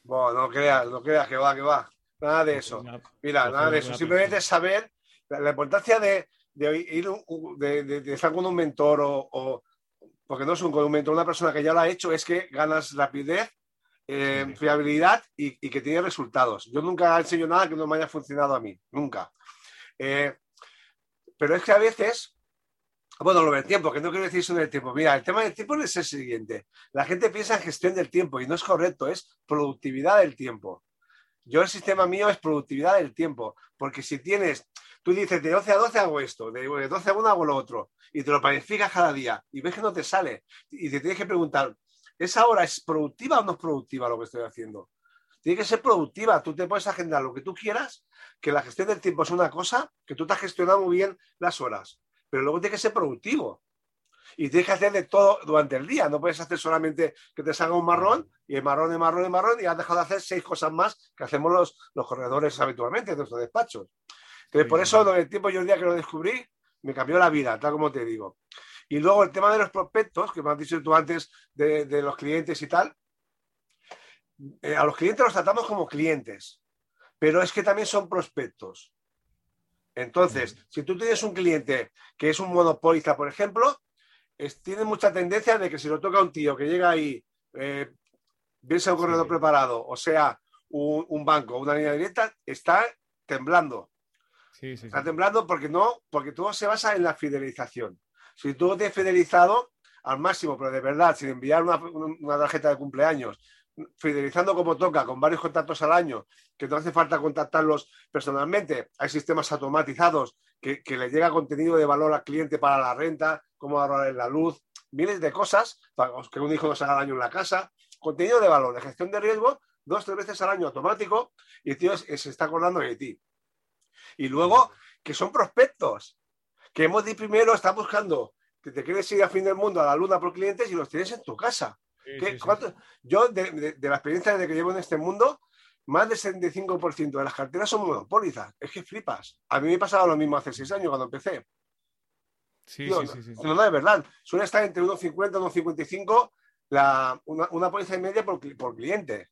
Bueno, no creas, no creas que va, que va. Nada de eso. Una, Mira, nada de eso. Simplemente saber la, la importancia de, de ir de, de, de estar con un mentor o, o porque no es un, con un mentor, una persona que ya lo ha hecho, es que ganas rapidez, eh, sí. fiabilidad y, y que tiene resultados. Yo nunca enseño nada que no me haya funcionado a mí, nunca. Eh, pero es que a veces, bueno, lo del tiempo, que no quiero decir eso del tiempo. Mira, el tema del tiempo es el siguiente. La gente piensa en gestión del tiempo y no es correcto, es productividad del tiempo. Yo el sistema mío es productividad del tiempo, porque si tienes, tú dices de once a doce hago esto, de doce a una hago lo otro, y te lo planificas cada día y ves que no te sale y te tienes que preguntar, ¿esa hora es productiva o no es productiva lo que estoy haciendo? Tiene que ser productiva, tú te puedes agendar lo que tú quieras, que la gestión del tiempo es una cosa, que tú te has gestionado muy bien las horas, pero luego tiene que ser productivo. Y tienes que hacer de todo durante el día. No puedes hacer solamente que te salga un marrón y el marrón, el marrón, el marrón y has dejado de hacer seis cosas más que hacemos los, los corredores habitualmente en nuestros despachos. Entonces, sí, por eso, lo del tiempo, yo el día que lo descubrí, me cambió la vida, tal como te digo. Y luego el tema de los prospectos, que me has dicho tú antes de, de los clientes y tal. Eh, a los clientes los tratamos como clientes, pero es que también son prospectos. Entonces, sí. si tú tienes un cliente que es un monopolista, por ejemplo, Es, tiene mucha tendencia de que si lo toca un tío que llega ahí, eh, bien sea un corredor sí. preparado, o sea, un, un banco, una línea directa, está temblando. Sí, sí, está sí. temblando porque no, porque todo se basa en la fidelización. Si tú lo tienes fidelizado al máximo, pero de verdad, sin enviar una, una tarjeta de cumpleaños, fidelizando como toca, con varios contactos al año, que no hace falta contactarlos personalmente, hay sistemas automatizados que, que le llega contenido de valor al cliente para la renta, cómo ahorrar en la luz, miles de cosas, para que un hijo no se haga daño en la casa, contenido de valor, de gestión de riesgo, dos, tres veces al año automático, y el tío se está acordando de ti. Y luego, que son prospectos, que hemos de primero está buscando que te quieres ir a fin del mundo a la luna por clientes y los tienes en tu casa. Sí, sí, sí. Yo, de, de, de la experiencia de que llevo en este mundo, más del setenta y cinco por ciento de las carteras son monopólizas. Es que flipas. A mí me pasaba lo mismo hace seis años cuando empecé. Sí, Tío, sí, sí, sí. No, no, es verdad. Suele estar entre uno cincuenta y uno cincuenta y cinco la, una, una póliza y media por, por cliente.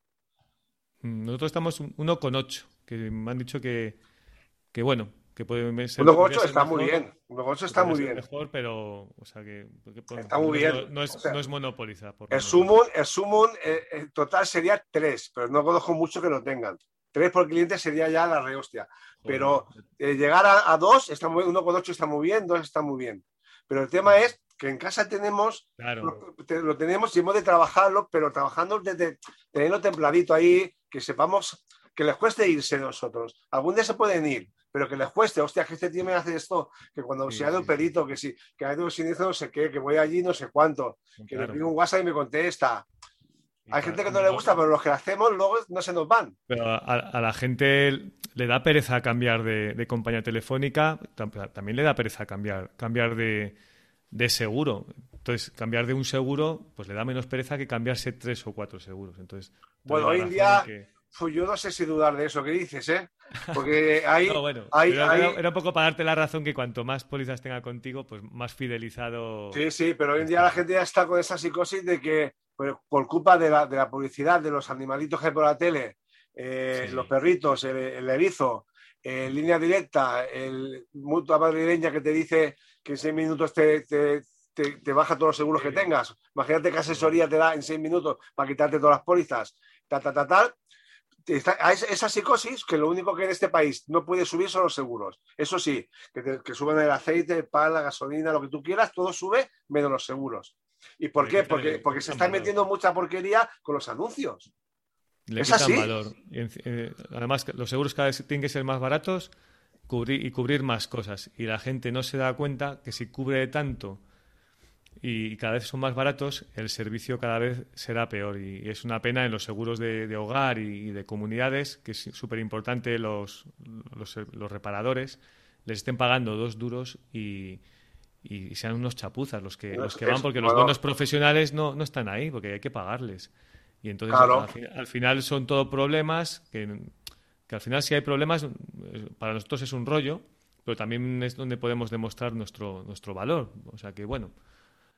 Nosotros estamos uno coma ocho, que me han dicho que, que bueno, que puede ser. uno coma ocho está mejor, muy bien. uno coma ocho está muy bien. Mejor, pero, o sea que. Bueno, está muy bien. No, no, es, o sea, no es monopoliza. Por el sumum, el sumum eh, en total sería tres, pero no conozco mucho que lo tengan. Tres por cliente sería ya la rehostia. Pero eh, llegar a, a dos, está muy, uno coma ocho está muy bien, dos está muy bien. Pero el tema es que en casa tenemos, claro. lo, lo tenemos y hemos de trabajarlo, pero trabajando desde tenerlo templadito ahí, que sepamos que les cueste irse nosotros. Algún día se pueden ir, pero que les cueste, hostia, que este tío me hace esto, que cuando sí, se ha dado sí, el perito, sí. que sí, que ha ido siniestro no sé qué, que voy allí no sé cuánto, claro. que le pido un WhatsApp y me contesta. Y Hay claro, gente que no, no le gusta, pero los que hacemos luego no se nos van. Pero a, a la gente le da pereza cambiar de, de compañía telefónica, también le da pereza cambiar, cambiar de, de seguro. Entonces, cambiar de un seguro, pues le da menos pereza que cambiarse tres o cuatro seguros. Entonces, bueno, hoy en día, que... pues yo no sé si dudar de eso que dices, ¿eh? Porque hay... no, bueno, hay, era, hay... era un poco para darte la razón que cuanto más pólizas tenga contigo, pues más fidelizado... Sí, sí, pero hoy en día la gente ya está con esa psicosis de que pues, por culpa de la, de la publicidad, de los animalitos que hay por la tele, eh, sí. los perritos, el, el erizo, eh, línea directa, el mutua madrileña que te dice que en seis minutos te, te, te, te baja todos los seguros sí. que tengas. Imagínate qué asesoría te da en seis minutos para quitarte todas las pólizas, ta, ta, ta, tal. Está, esa psicosis que lo único que en este país no puede subir son los seguros. Eso sí, que, te, que suban el aceite, el pan, la gasolina, lo que tú quieras, todo sube menos los seguros. ¿Y por qué? Porque, porque se está metiendo mucha porquería con los anuncios. Le ¿Es quitan así? valor. Y, eh, además, los seguros cada vez tienen que ser más baratos cubrir, y cubrir más cosas. Y la gente no se da cuenta que si cubre tanto y cada vez son más baratos, el servicio cada vez será peor. Y es una pena en los seguros de, de hogar y de comunidades, que es súper importante los, los, los reparadores, les estén pagando dos duros y, y sean unos chapuzas los que, los que van, porque los buenos profesionales no, no están ahí, porque hay que pagarles. Y entonces claro. al, al final son todo problemas, que, que al final si hay problemas, para nosotros es un rollo, pero también es donde podemos demostrar nuestro, nuestro valor. O sea que bueno...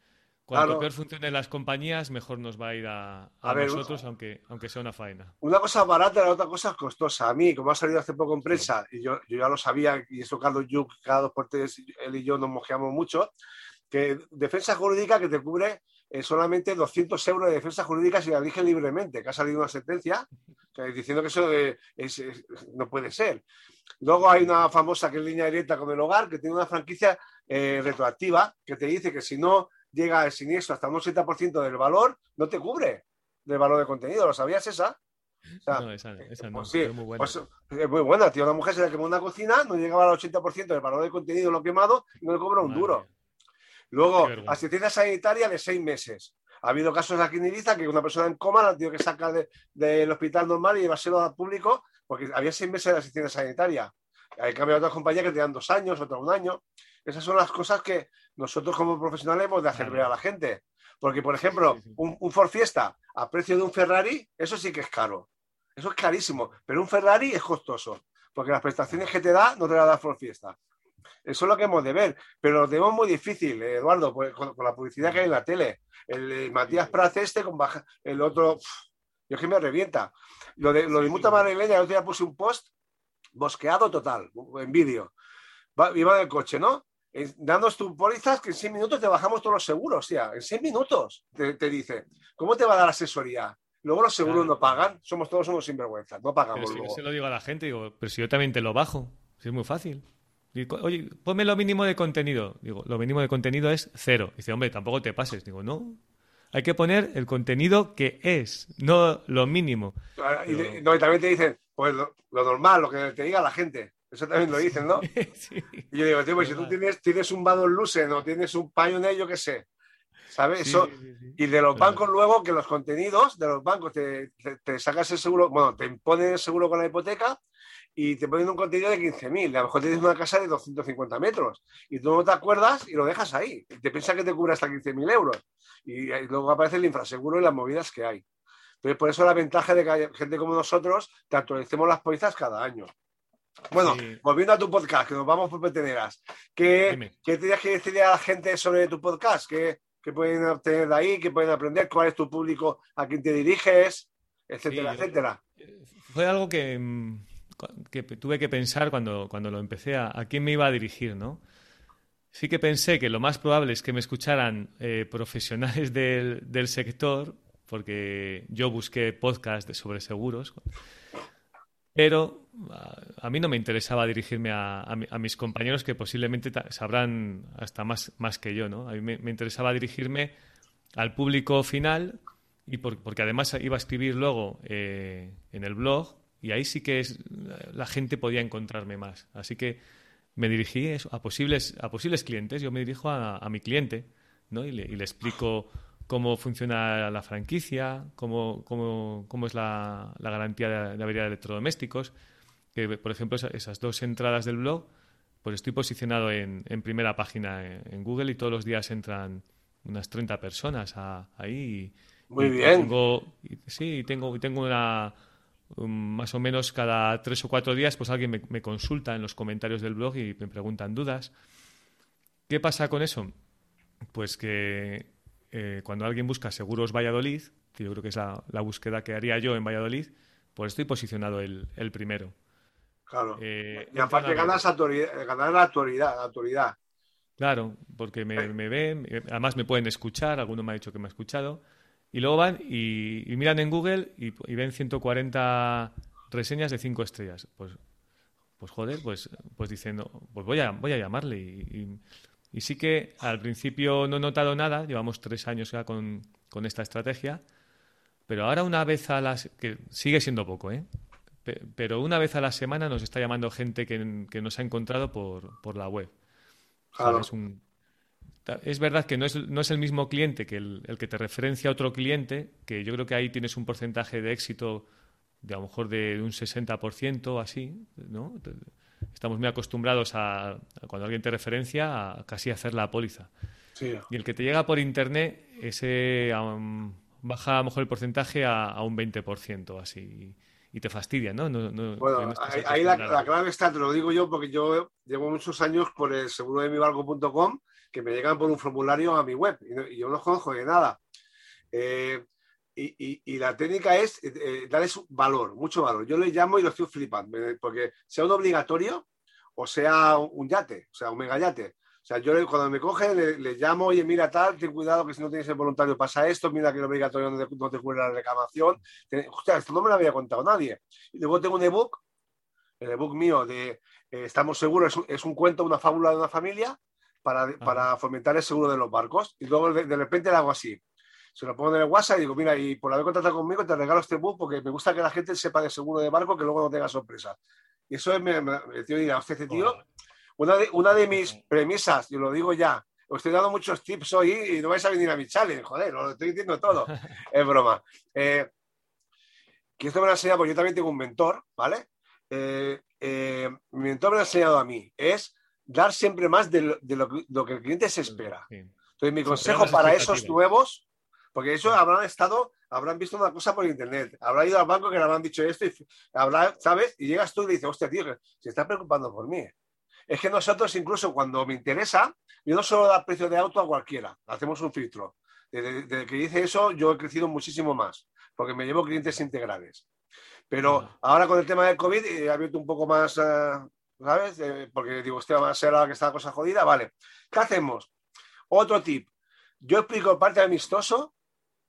Cuanto Claro. peor funcionen las compañías, mejor nos va a ir a, a A ver, nosotros, aunque, aunque sea una faena. una cosa barata, la otra cosa es costosa. A mí, como ha salido hace poco en Sí. prensa, y yo, yo ya lo sabía, y eso Carlos Yuc, cada dos por tres, él y yo nos mojeamos mucho, que defensa jurídica que te cubre eh, solamente doscientos euros de defensa jurídica si la eliges libremente, que ha salido una sentencia que, diciendo que eso eh, es, es, no puede ser. Luego hay una famosa que es Línea Directa con el Hogar, que tiene una franquicia eh, retroactiva, que te dice que si no llega el siniestro hasta un ochenta por ciento del valor, no te cubre del valor de contenido. ¿Lo sabías esa? O sea, No, esa, esa no, pues sí, pero es muy buena. pues, es muy buena, tío. Una mujer se le quemó una cocina, no llegaba al ochenta por ciento del valor de contenido lo quemado y no le cobra un Madre duro. mía, qué Luego, vergüenza. asistencia sanitaria de seis meses. Ha habido casos aquí en Ibiza que una persona en coma la han tenido que sacar de, del hospital normal y llevárselo al público porque había seis meses de asistencia sanitaria. Hay cambio otras compañías que te dan dos años, otras un año. Esas son las cosas que nosotros como profesionales hemos de hacer Claro. ver a la gente. Porque, por ejemplo, Sí, sí. un, un Ford Fiesta a precio de un Ferrari, eso sí que es caro. Eso es carísimo. Pero un Ferrari es costoso. Porque las prestaciones que te da no te las da Ford Fiesta. Eso es lo que hemos de ver. Pero lo tenemos muy difícil, eh, Eduardo, pues, con, con la publicidad que hay en la tele. El, el Matías Prats este con baja, el otro, pff, yo es que me revienta. Lo de, lo de Sí, Mutua sí. Madrileña, el otro día puse un post bosqueado total, en vídeo. Va, iba en el coche, ¿no? Eh, Danos tus pólizas que en seis minutos te bajamos todos los seguros, tía. En seis minutos te, te dice. ¿Cómo te va a dar asesoría? Luego los seguros Claro. no pagan. Somos todos unos sinvergüenzas. No Pero pagamos si yo luego. se lo digo a la gente, digo, pero si yo también te lo bajo, si es muy fácil. Digo, oye, ponme lo mínimo de contenido. Digo, lo mínimo de contenido es cero. Dice, hombre, tampoco te pases. Digo, no. Hay que poner el contenido que es, no lo mínimo. Y, de- Pero- no, y también te dicen, pues lo, lo normal, lo que te diga la gente. Eso también lo dicen, ¿no? Sí. Y yo digo, tío, pues si tú Normal. tienes, tienes un Badon Lucen o tienes un Pioneer, yo qué sé. ¿Sabes? Sí, Eso, sí, sí, sí. y de los Claro. bancos luego, que los contenidos de los bancos te, te- te sacas el seguro, bueno, te ponen el seguro con la hipoteca y te ponen un contenido de quince mil. A lo mejor tienes una casa de doscientos cincuenta metros y tú no te acuerdas y lo dejas ahí. Y te piensas que te cubre hasta quince mil euros. Y, y luego aparece el infraseguro y las movidas que hay. Entonces, por eso la ventaja de que haya gente como nosotros te actualicemos las pólizas cada año. Bueno, Sí. volviendo a tu podcast, que nos vamos por peteneras. ¿Qué, Dime. ¿qué tienes que decirle a la gente sobre tu podcast? ¿Qué, qué pueden obtener de ahí? ¿Qué pueden aprender? ¿Cuál es tu público? ¿A quién te diriges? Etcétera, Sí, yo- etcétera. Fue algo que, mm, que tuve que pensar cuando, cuando lo empecé a, a quién me iba a dirigir, ¿no? Sí que pensé que lo más probable es que me escucharan eh, profesionales del, del sector, porque yo busqué podcast de- sobre seguros, pero a, a mí no me interesaba dirigirme a, a mi- a mis compañeros que posiblemente ta- sabrán hasta más, más que yo, ¿no? A mí me, me interesaba dirigirme al público final y por- porque además iba a escribir luego eh, en el blog y ahí sí que es, la gente podía encontrarme más. Así que me dirigí eso, a posibles, a posibles clientes. Yo me dirijo a, a mi cliente, ¿no? Y le, y le explico cómo funciona la franquicia, cómo, cómo, cómo es la, la garantía de, de avería de electrodomésticos. Que, por ejemplo, esa- esas dos entradas del blog, pues estoy posicionado en, en primera página en, en Google y todos los días entran unas treinta personas a- ahí. Y, Muy y bien. tengo, y- sí, tengo, y tengo una, um, más o menos cada tres o cuatro días, pues alguien me, me consulta en los comentarios del blog y me preguntan dudas. ¿Qué pasa con eso? Pues que eh, cuando alguien busca Seguros Valladolid, que yo creo que es la, la búsqueda que haría yo en Valladolid, pues estoy posicionado el, el primero. Claro. Eh, Y aparte entran a ver. ganas autoridad, ganar la autoridad, la autoridad. Claro, porque me, me ven, eh, además me pueden escuchar, alguno me ha dicho que me ha escuchado, y luego van y, y miran en Google y, y ven ciento cuarenta reseñas de cinco estrellas. Pues, pues joder, pues, pues diciendo, pues voy a, voy a llamarle. Y, y- y sí que al principio no he notado nada, llevamos tres años ya con, con esta estrategia, pero ahora una vez a las, que sigue siendo poco, ¿eh? Pe- Pero una vez a la semana nos está llamando gente que, que nos ha encontrado por, por la web. Claro. ¿Sabes? Un, ta- es verdad que no es, no es el mismo cliente que el, el que te referencia a otro cliente, que yo creo que ahí tienes un porcentaje de éxito de a lo mejor de un sesenta por ciento o así, ¿no? Te- Estamos muy acostumbrados a, a cuando alguien te referencia a casi hacer la póliza. Sí. Y el que te llega por internet, ese um, baja a lo mejor el porcentaje a, a un veinte por ciento así. y te fastidia, ¿no? no, no bueno, no estás ahí, ahí la, acostumbrado. la clave está, te lo digo yo, porque yo llevo muchos años por el seguro de mi barco punto com, que me llegan por un formulario a mi web, y, no, y yo no conozco de nada. Eh, y, y, y la técnica es eh, darles valor, mucho valor. Yo le llamo y lo estoy flipando, porque sea un obligatorio o sea un yate, o sea, un mega yate. O sea, yo cuando me cogen le, le llamo, oye, mira tal, ten cuidado que si no tienes el voluntario pasa esto, mira que el obligatorio no te, no te cubre la reclamación. Hostia, esto no me lo había contado nadie. Y luego tengo un ebook, el ebook mío de eh, Estamos Seguros, es un, es un cuento, una fábula de una familia para, para fomentar el seguro de los barcos. Y luego de, de repente le hago así. Se lo pongo en el WhatsApp y digo, mira, y por haber contratado conmigo te regalo este book porque me gusta que la gente sepa de seguro de barco que luego no tenga sorpresa. Y eso es, me, me, el tío dirá, hostia, este tío... Una de, una de mis premisas, yo lo digo ya, os estoy dando muchos tips hoy y no vais a venir a mi challenge, joder, lo estoy diciendo todo. Es broma. Eh, que esto me lo ha enseñado, porque yo también tengo un mentor, ¿vale? Eh, eh, mi mentor me lo ha enseñado a mí, es dar siempre más de lo, de lo, que, lo que el cliente se espera. Sí. Entonces, mi consejo para esos nuevos, porque eso habrán estado, habrán visto una cosa por internet, habrán ido al banco que le habrán dicho esto, y habrá, ¿sabes? Y llegas tú y le dices, hostia, tío, se está preocupando por mí. Es que nosotros, incluso cuando me interesa, yo no solo dar precio de auto a cualquiera, hacemos un filtro. Desde, desde que hice eso, yo he crecido muchísimo más, porque me llevo clientes integrales. Pero uh-huh. ahora con el tema del COVID he abierto un poco más, uh, ¿sabes? Eh, porque digo, hostia, va a ser ahora que está la cosa jodida. Vale, ¿qué hacemos? Otro tip. Yo explico parte amistoso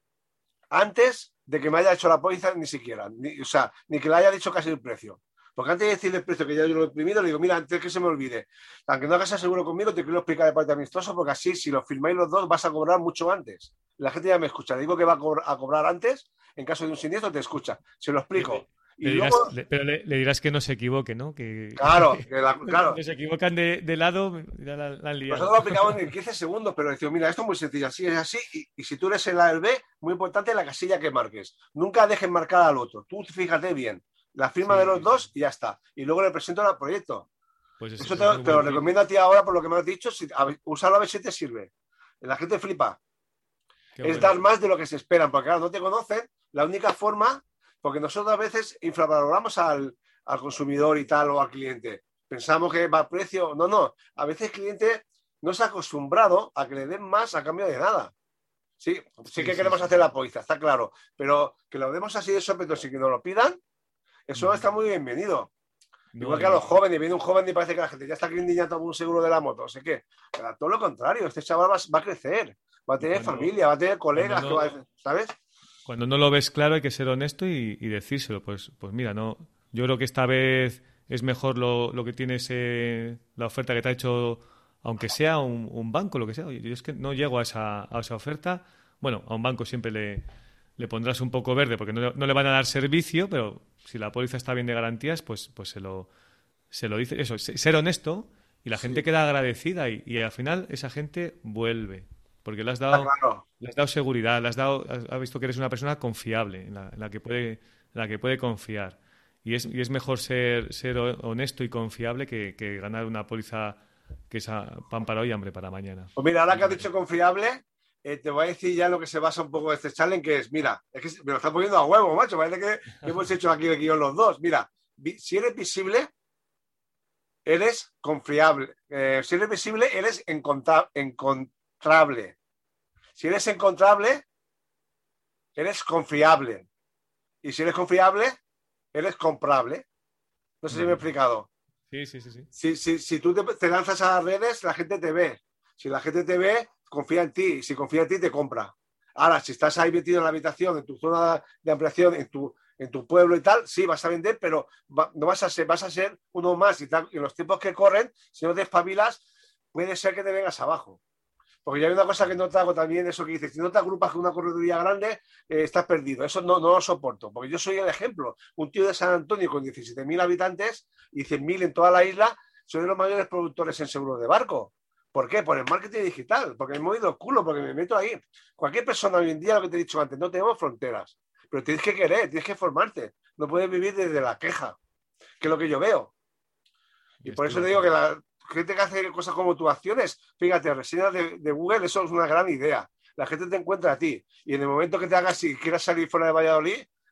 antes de que me haya hecho la póliza ni siquiera. Ni, o sea, ni que le haya dicho casi el precio. Porque antes de decirle el precio que ya yo lo he imprimido, le digo, mira, antes que se me olvide, aunque no hagas seguro conmigo, te quiero explicar de parte amistoso, porque así, si lo firmáis los dos, vas a cobrar mucho antes. La gente ya me escucha. Le digo que va a, co- a cobrar antes, en caso de un siniestro, te escucha. Se lo explico. Y le dirás, luego... le, pero le, le dirás que no se equivoque, ¿no? Que, claro, que la, claro. que se equivocan de, de lado, ya la, la han liado. Nosotros lo aplicamos en quince segundos, pero decimos, mira, esto es muy sencillo, así es así, y, y si tú eres el A, el B, muy importante la casilla que marques. Nunca dejes marcar al otro. Tú fíjate bien. La firma sí, de los dos y ya está. Y luego le presento el proyecto. Pues eso, eso te, te lo recomiendo a ti ahora por lo que me has dicho. Si, a, úsalo a ver si te sirve. La gente flipa. Qué es bueno. Dar más de lo que se esperan, porque claro, no te conocen. La única forma, porque nosotros a veces infravaloramos al, al consumidor y tal o al cliente. Pensamos que va a precio. No, no. A veces el cliente no se ha acostumbrado a que le den más a cambio de nada. Sí, sí, sí que sí, queremos sí, hacer sí. la póliza, está claro. Pero que lo demos así de sopetón sin que nos lo pidan. Eso está muy bienvenido. No, Igual que a los jóvenes, viene un joven y parece que la gente ya está crindillando un seguro de la moto, no sé qué. Pero todo lo contrario, este chaval va, va a crecer, va a tener cuando, familia, va a tener colegas, no, que va a, ¿sabes? Cuando no lo ves claro hay que ser honesto y, y decírselo. Pues, pues mira, no, yo creo que esta vez es mejor lo, lo que tienes, eh, la oferta que te ha hecho, aunque sea un, un banco, lo que sea. Yo es que no llego a esa, a esa oferta. Bueno, a un banco siempre le, le pondrás un poco verde porque no, no le van a dar servicio, pero si la póliza está bien de garantías, pues, pues se lo se lo dice. Eso, ser honesto y la sí. gente queda agradecida y, y al final esa gente vuelve. Porque le has dado, ah, claro. le has dado seguridad, le has dado, has visto que eres una persona confiable, en la, en la que puede, en la que puede confiar. Y es, y es mejor ser, ser honesto y confiable que, que ganar una póliza que es a pan para hoy, hambre para mañana. Pues mira, ahora que has dicho confiable, Eh, te voy a decir ya lo que se basa un poco de este challenge, que es, mira, es que me lo está poniendo a huevo, macho, parece que, que hemos hecho aquí el guión los dos. Mira, vi, si eres visible, eres confiable. Eh, si eres visible, eres encontra, encontrable. Si eres encontrable, eres confiable. Y si eres confiable, eres comprable. No sé si me he explicado. Sí, sí, sí. sí. Si, si, si tú te, te lanzas a las redes, la gente te ve. Si la gente te ve, confía en ti, si confía en ti te compra. Ahora, si estás ahí metido en la habitación, en tu zona de ampliación, en tu, en tu pueblo y tal, sí, vas a vender, pero va, no vas a ser, vas a ser uno más y tal. Y en los tiempos que corren, si no te espabilas, puede ser que te vengas abajo. Porque ya hay una cosa que no te hago también, eso que dices, si no te agrupas con una correduría grande, eh, estás perdido. Eso no, no lo soporto, porque yo soy el ejemplo. Un tío de San Antonio con diecisiete mil habitantes y cien mil en toda la isla, soy de los mayores productores en seguros de barco. ¿Por qué? Por el marketing digital, porque me he movido el culo, porque me meto ahí. Cualquier persona hoy en día, lo que te he dicho antes, no tenemos fronteras, pero tienes que querer, tienes que formarte. No puedes vivir desde la queja, que es lo que yo veo. Y por eso te digo que la gente que hace cosas como tus acciones, fíjate, reseñas de, de Google, eso es una gran idea. La gente te encuentra a ti. Y en el momento que te hagas, si quieras salir fuera de Valladolid,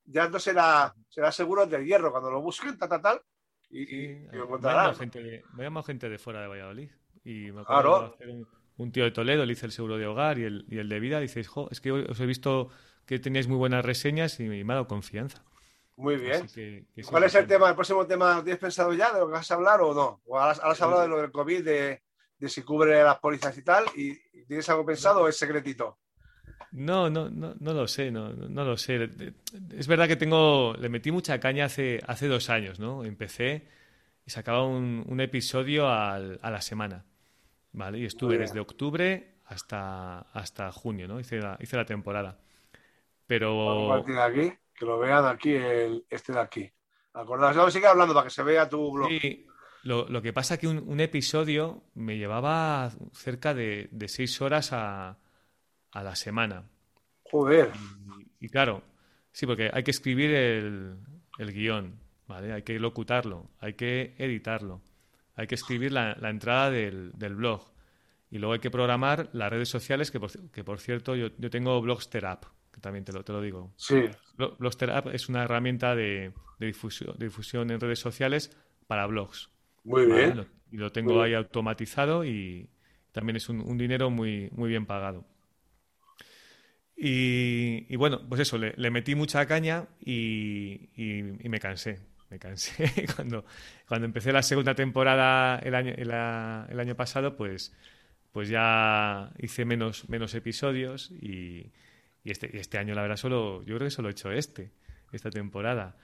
ya no será, será Seguros del Hierro. Cuando lo busquen, tal, tal, tal, y, Sí, y- y lo me ha encontrarán. llamado gente de, me ha llamado gente de fuera de Valladolid. Y me acuerdo de Claro, hacer un, un tío de Toledo, le hice el seguro de hogar y el, y el de vida. Dices, jo, es que os he visto que teníais muy buenas reseñas y me ha dado confianza. muy bien. Así que, que sí, ¿Cuál sí, es el sí. tema, el próximo tema? ¿Lo tienes pensado ya de lo que vas a hablar o no? ¿O ahora, ahora has hablado de El- lo del COVID, de, de si cubre las pólizas y tal? ¿Y, y tienes algo pensado o es secretito? No, no, no, no lo sé, no, no no lo sé. Es verdad que tengo, le metí mucha caña hace, hace dos años, ¿no? Empecé y sacaba un, un episodio al- a la semana, ¿vale? Y Muy estuve bien. desde octubre hasta, hasta junio, ¿no? Hice la, hice la temporada. Voy a Pero compartir aquí, que lo vean aquí, el, este de aquí. Acordaos, no, sigue hablando para que se vea tu blog. sí, lo, lo que pasa que un, un episodio me llevaba cerca de, de seis horas a, a la semana. Joder, Y, y claro, sí, porque hay que escribir el, el guión, ¿vale? Hay que locutarlo, hay que editarlo, hay que escribir la, la entrada del, del blog y luego hay que programar las redes sociales, que por, que por cierto yo, yo tengo Blogster App, que también te lo, te lo digo. sí, Blo- Blogster App es una herramienta de, de difusión, de difusión en redes sociales para blogs, muy ¿vale? bien, Lo- y lo muy tengo bien. ahí automatizado y también es un, un dinero muy, muy bien pagado. Y, y bueno, pues eso, le, le metí mucha caña y, y- y me cansé. Me cansé cuando, cuando empecé la segunda temporada el año, el, a- el año pasado, pues, pues ya hice menos, menos episodios y, y este, y este año, la verdad, solo, yo creo que solo he hecho este, esta temporada.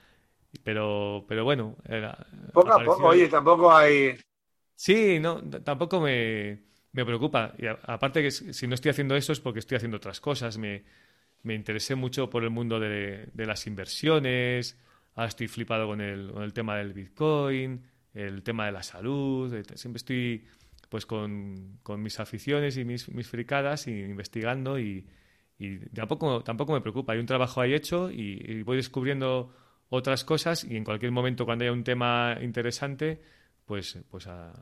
Pero, pero bueno, era- Poco a poco, apareció. oye, tampoco hay. Sí, no, t- tampoco me, me preocupa. Y a- aparte que si si no estoy haciendo eso es porque estoy haciendo otras cosas. Me, me interesé mucho por el mundo de, de las inversiones. Ahora estoy flipado con el, con el tema del Bitcoin, el tema de la salud. eh, Siempre estoy pues con, con mis aficiones y mis, mis fricadas y investigando y, y tampoco, tampoco me preocupa. Hay un trabajo ahí hecho y, y voy descubriendo otras cosas y en cualquier momento cuando haya un tema interesante pues, pues a-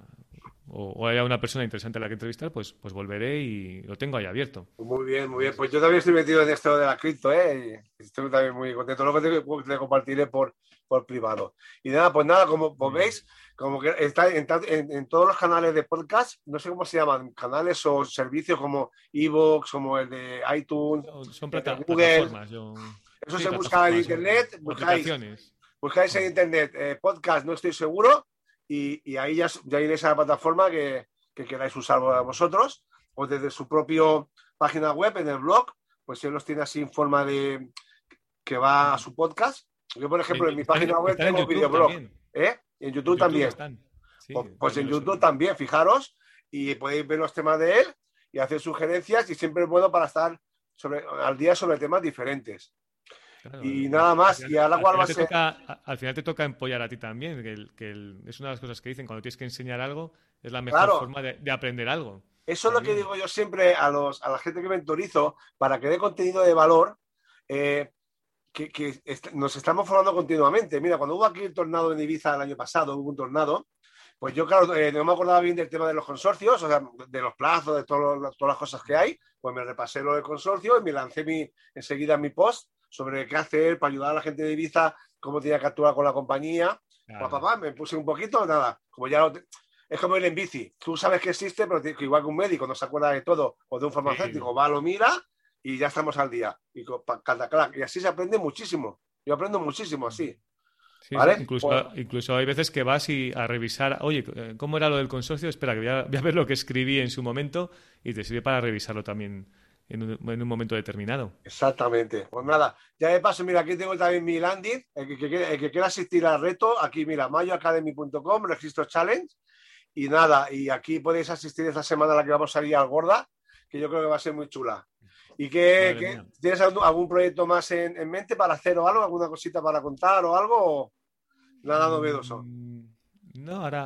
o, o haya una persona interesante a la que entrevistar, pues, pues volveré y lo tengo ahí abierto. Muy bien, muy bien. ¿Sabes? Pues yo también estoy metido en esto de la cripto, ¿eh? Y estoy también muy contento. Luego te, te compartiré por, por privado. Y nada, pues nada, como, como Muy bien. veis, como que está en, ta- en- en todos los canales de podcast, no sé cómo se llaman, canales o servicios como iVoox, como el de iTunes, Son, son el de plata- Google. plataformas, yo... Eso Sí, se busca en plataformas o, internet, o buscáis, aplicaciones. buscáis en Mm. internet eh, podcast, no estoy seguro, y, y ahí ya, ya iréis a la plataforma que, que queráis usar vosotros, o desde su propio página web, en el blog, pues él los tiene así en forma de que va a su podcast. Yo, por ejemplo, en En- mi están, página en, web están en tengo YouTube videoblog, también. ¿eh? Y en En YouTube YouTube también. están. Sí, Pues, pues de en los- YouTube también, fijaros, y podéis ver los temas de él y hacer sugerencias, y siempre es bueno para estar sobre, al día sobre temas diferentes. claro, Y al, nada al más, final, y ahora al cuál va final a te ser. toca, a- al final te toca empollar a ti también, que, el- que el- es una de las cosas que dicen, cuando tienes que enseñar algo, es la mejor Claro, forma de, de aprender algo. eso es Está lo que bien. digo yo siempre a, los, a la gente que mentorizo, para que dé contenido de valor, eh, que, que est nos estamos formando continuamente. Mira, cuando hubo aquí el tornado en Ibiza el año pasado, hubo un tornado, pues yo, claro, eh, no me acordaba bien del tema de los consorcios, o sea, de los plazos, de todo lo, todas las cosas que hay, pues me repasé lo del consorcio y me lancé mi, enseguida mi post sobre qué hacer para ayudar a la gente de Ibiza, cómo tenía que actuar con la compañía. Pues Claro. papá, me puse un poquito, nada, como ya lo es como ir en bici. Tú sabes que existe, pero que igual que un médico no se acuerda de todo, o de un Sí. farmacéutico, va, lo mira y ya estamos al día. Y, con, y así se aprende muchísimo. Yo aprendo muchísimo así, Sí, sí. ¿vale? Incluso, Pues, incluso hay veces que vas y a revisar, oye, eh, ¿cómo era lo del consorcio? Espera, que voy a, voy a ver lo que escribí en su momento y te sirve para revisarlo también en un, en un momento determinado. exactamente. Pues nada, ya de paso, mira, aquí tengo también mi landing. El que, que, el que quiera asistir al reto, aquí mira, mayo academy punto com, registro challenge. Y nada, y aquí podéis asistir esta semana a la que vamos a ir al Gorda, que yo creo que va a ser muy chula. ¿Y qué, Madre qué mía. tienes algún, algún proyecto más en, en, mente para hacer o algo? ¿Alguna cosita para contar o algo? ¿O nada novedoso? Mm, no, ahora,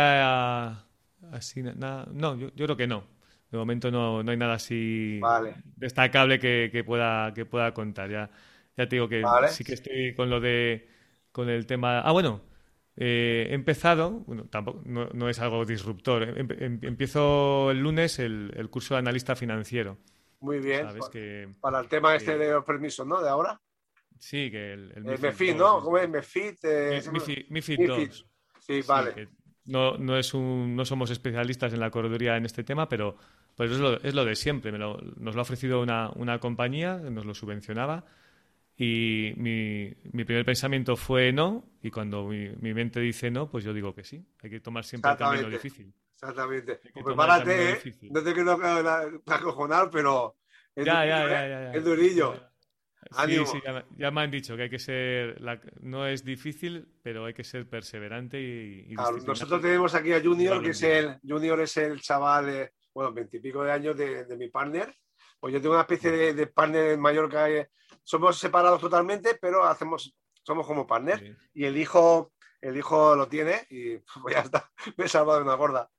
ahora así, na- nada, no, yo, yo creo que no. De momento no, no hay nada así Vale, destacable que, que pueda, que pueda contar. Ya, ya te digo que vale. sí que estoy con lo de, con el tema. Ah, bueno, eh, he empezado, bueno, tampoco, no, no es algo disruptor. eh, em- em- empiezo el lunes el, el curso de analista financiero. Muy bien. ¿Sabes? Que, Para el tema este que de los permisos, ¿no? De ahora. Sí, que el, el MiFID, MiFID ¿no? ¿Cómo es? MiFID. Eh, MiFID, MiFID dos. Sí, vale. Sí, no, no, es un, no somos especialistas en la correduría en este tema, pero pues es, lo, es lo de siempre. Me lo, nos lo ha ofrecido una, una compañía, nos lo subvencionaba, y mi, mi primer pensamiento fue no, y cuando mi, mi mente dice no, pues yo digo que sí. Hay que tomar siempre el camino difícil. Exactamente. Pues prepárate, ¿eh? No te quiero acojonar, pero es ya, durillo, ya, ya, ¿eh? ya, ya. Es durillo. Sí, sí, ya, ya me han dicho que hay que ser, la, no es difícil, pero hay que ser perseverante y, y claro, nosotros tenemos aquí a Junior, que es el Junior es el chaval, eh, bueno, veintipico de años de, de mi partner. Pues yo tengo una especie de, de partner en Mallorca, eh, somos separados totalmente, pero hacemos, somos como partner. Sí. Y el hijo, el hijo lo tiene y pues ya está, me he salvado de una gorda.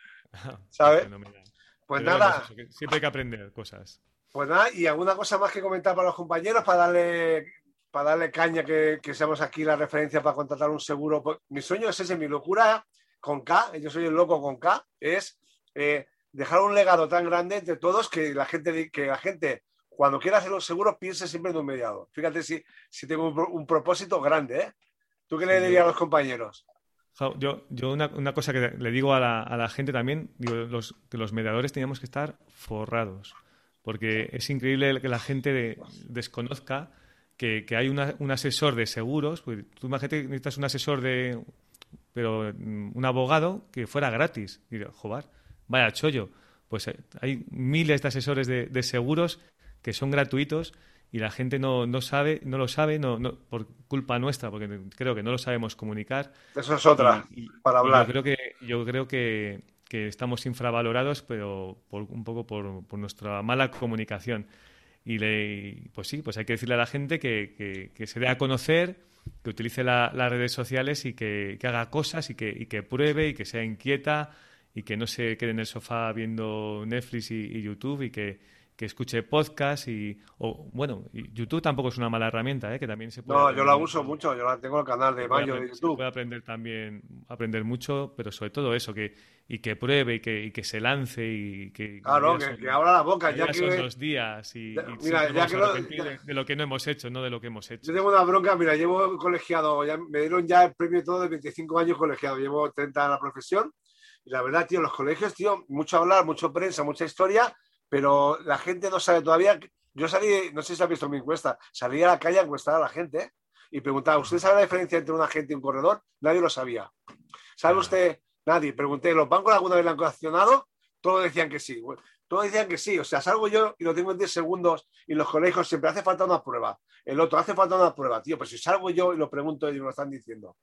¿Sabes? Pues pero nada. Eso, que siempre hay que aprender cosas. Pues nada, y alguna cosa más que comentar para los compañeros, para darle, para darle caña, que, que seamos aquí la referencia para contratar un seguro. Mi sueño es ese, mi locura con K, yo soy el loco con K, es eh, dejar un legado tan grande entre todos que la gente, que la gente cuando quiera hacer un seguro piense siempre en un mediador. Fíjate si, si tengo un, un propósito grande, ¿eh? ¿Tú qué le sí, dirías a los compañeros? Yo, yo una, una cosa que le digo a la, a la gente también, digo, los, que los mediadores teníamos que estar forrados. Porque es increíble que la gente de, desconozca que, que hay una, un asesor de seguros. Pues tú imagínate que necesitas un asesor de... pero un abogado que fuera gratis. Y joder, vaya chollo. Pues hay miles de asesores de, de seguros que son gratuitos y la gente no, no sabe, no lo sabe no, no, por culpa nuestra, porque creo que no lo sabemos comunicar. Eso es otra, y, y, para hablar. Yo creo que... Yo creo que que estamos infravalorados, pero por, un poco por, por nuestra mala comunicación. Y le, pues sí, pues hay que decirle a la gente que, que, que se dé a conocer, que utilice la, las redes sociales y que, que haga cosas y que, y que pruebe y que sea inquieta y que no se quede en el sofá viendo Netflix y, y YouTube y que, que escuche podcast y o bueno, y YouTube tampoco es una mala herramienta, ¿eh? Que también se puede no, yo la uso mucho, yo la tengo en el canal de Mayo de YouTube. Se puede aprender también, aprender mucho, pero sobre todo eso, que y que pruebe y que, y que se lance y que... Claro, que, son, que abra la boca. Ya que son dos días y, ya, y mira, ya que lo, ya, de, de lo que no hemos hecho, no de lo que hemos hecho. Yo tengo una bronca, mira, llevo colegiado, ya, me dieron ya el premio todo de veinticinco años colegiado, llevo treinta en la profesión y la verdad, tío, los colegios, tío, mucho hablar, mucho prensa, mucha historia, pero la gente no sabe todavía. Yo salí, no sé si has visto mi encuesta, salí a la calle a encuestar a la gente, ¿eh? Y preguntaba, ¿usted sabe la diferencia entre un agente y un corredor? Nadie lo sabía. ¿Sabe usted? Nadie. Pregunté, ¿los bancos alguna vez le han coaccionado? Todos decían que sí. Bueno, todos decían que sí. O sea, salgo yo y lo tengo en diez segundos y los colegios siempre hace falta una prueba. El otro hace falta una prueba, tío. Pues si salgo yo y lo pregunto, ellos me lo están diciendo.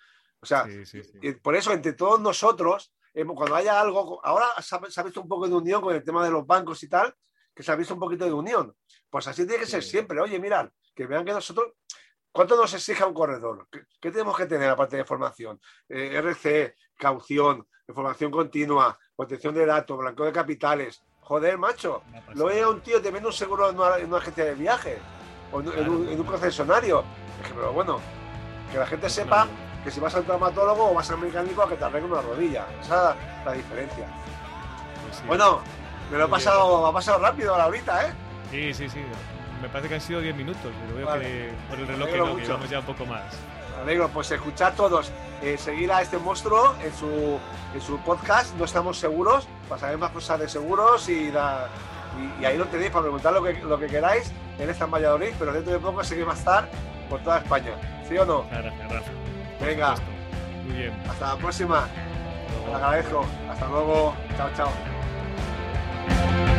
O sea, sí, sí, sí. Y por eso entre todos nosotros, cuando haya algo, ahora se ha visto un poco de unión con el tema de los bancos y tal, que se ha visto un poquito de unión. Pues así tiene que ser sí. siempre. Oye, mirad, que vean que nosotros... ¿Cuánto nos exige un corredor? ¿Qué, qué tenemos que tener aparte de formación? Eh, R C, caución, información continua, protección de datos, blanqueo de capitales. Joder, macho. Luego llega un tío, te vende un seguro en una, en una agencia de viajes o en, claro. en, un, en un concesionario. Es que, pero bueno, que la gente sepa que si vas al traumatólogo o vas al mecánico a que te arregle una rodilla. Esa es la diferencia. Pues sí. Bueno, me lo he pasado, me ha pasado rápido ahora ahorita, ¿eh? Sí, sí, sí. Me parece que han sido diez minutos, pero veo vale. que por el reloj que no, que llevamos ya un poco más. Me alegro, pues escuchad todos, eh, seguir a este monstruo en su, en su podcast, No Estamos Seguros, para saber más cosas de seguros y, la, y, y ahí lo tenéis para preguntar lo que, lo que queráis. Él está en Valladolid, pero dentro de poco sé que va a estar por toda España. ¿Sí o no? Gracias, Rafa. Venga, muy bien. Hasta la próxima. Te agradezco. Hasta luego. Chao, chao.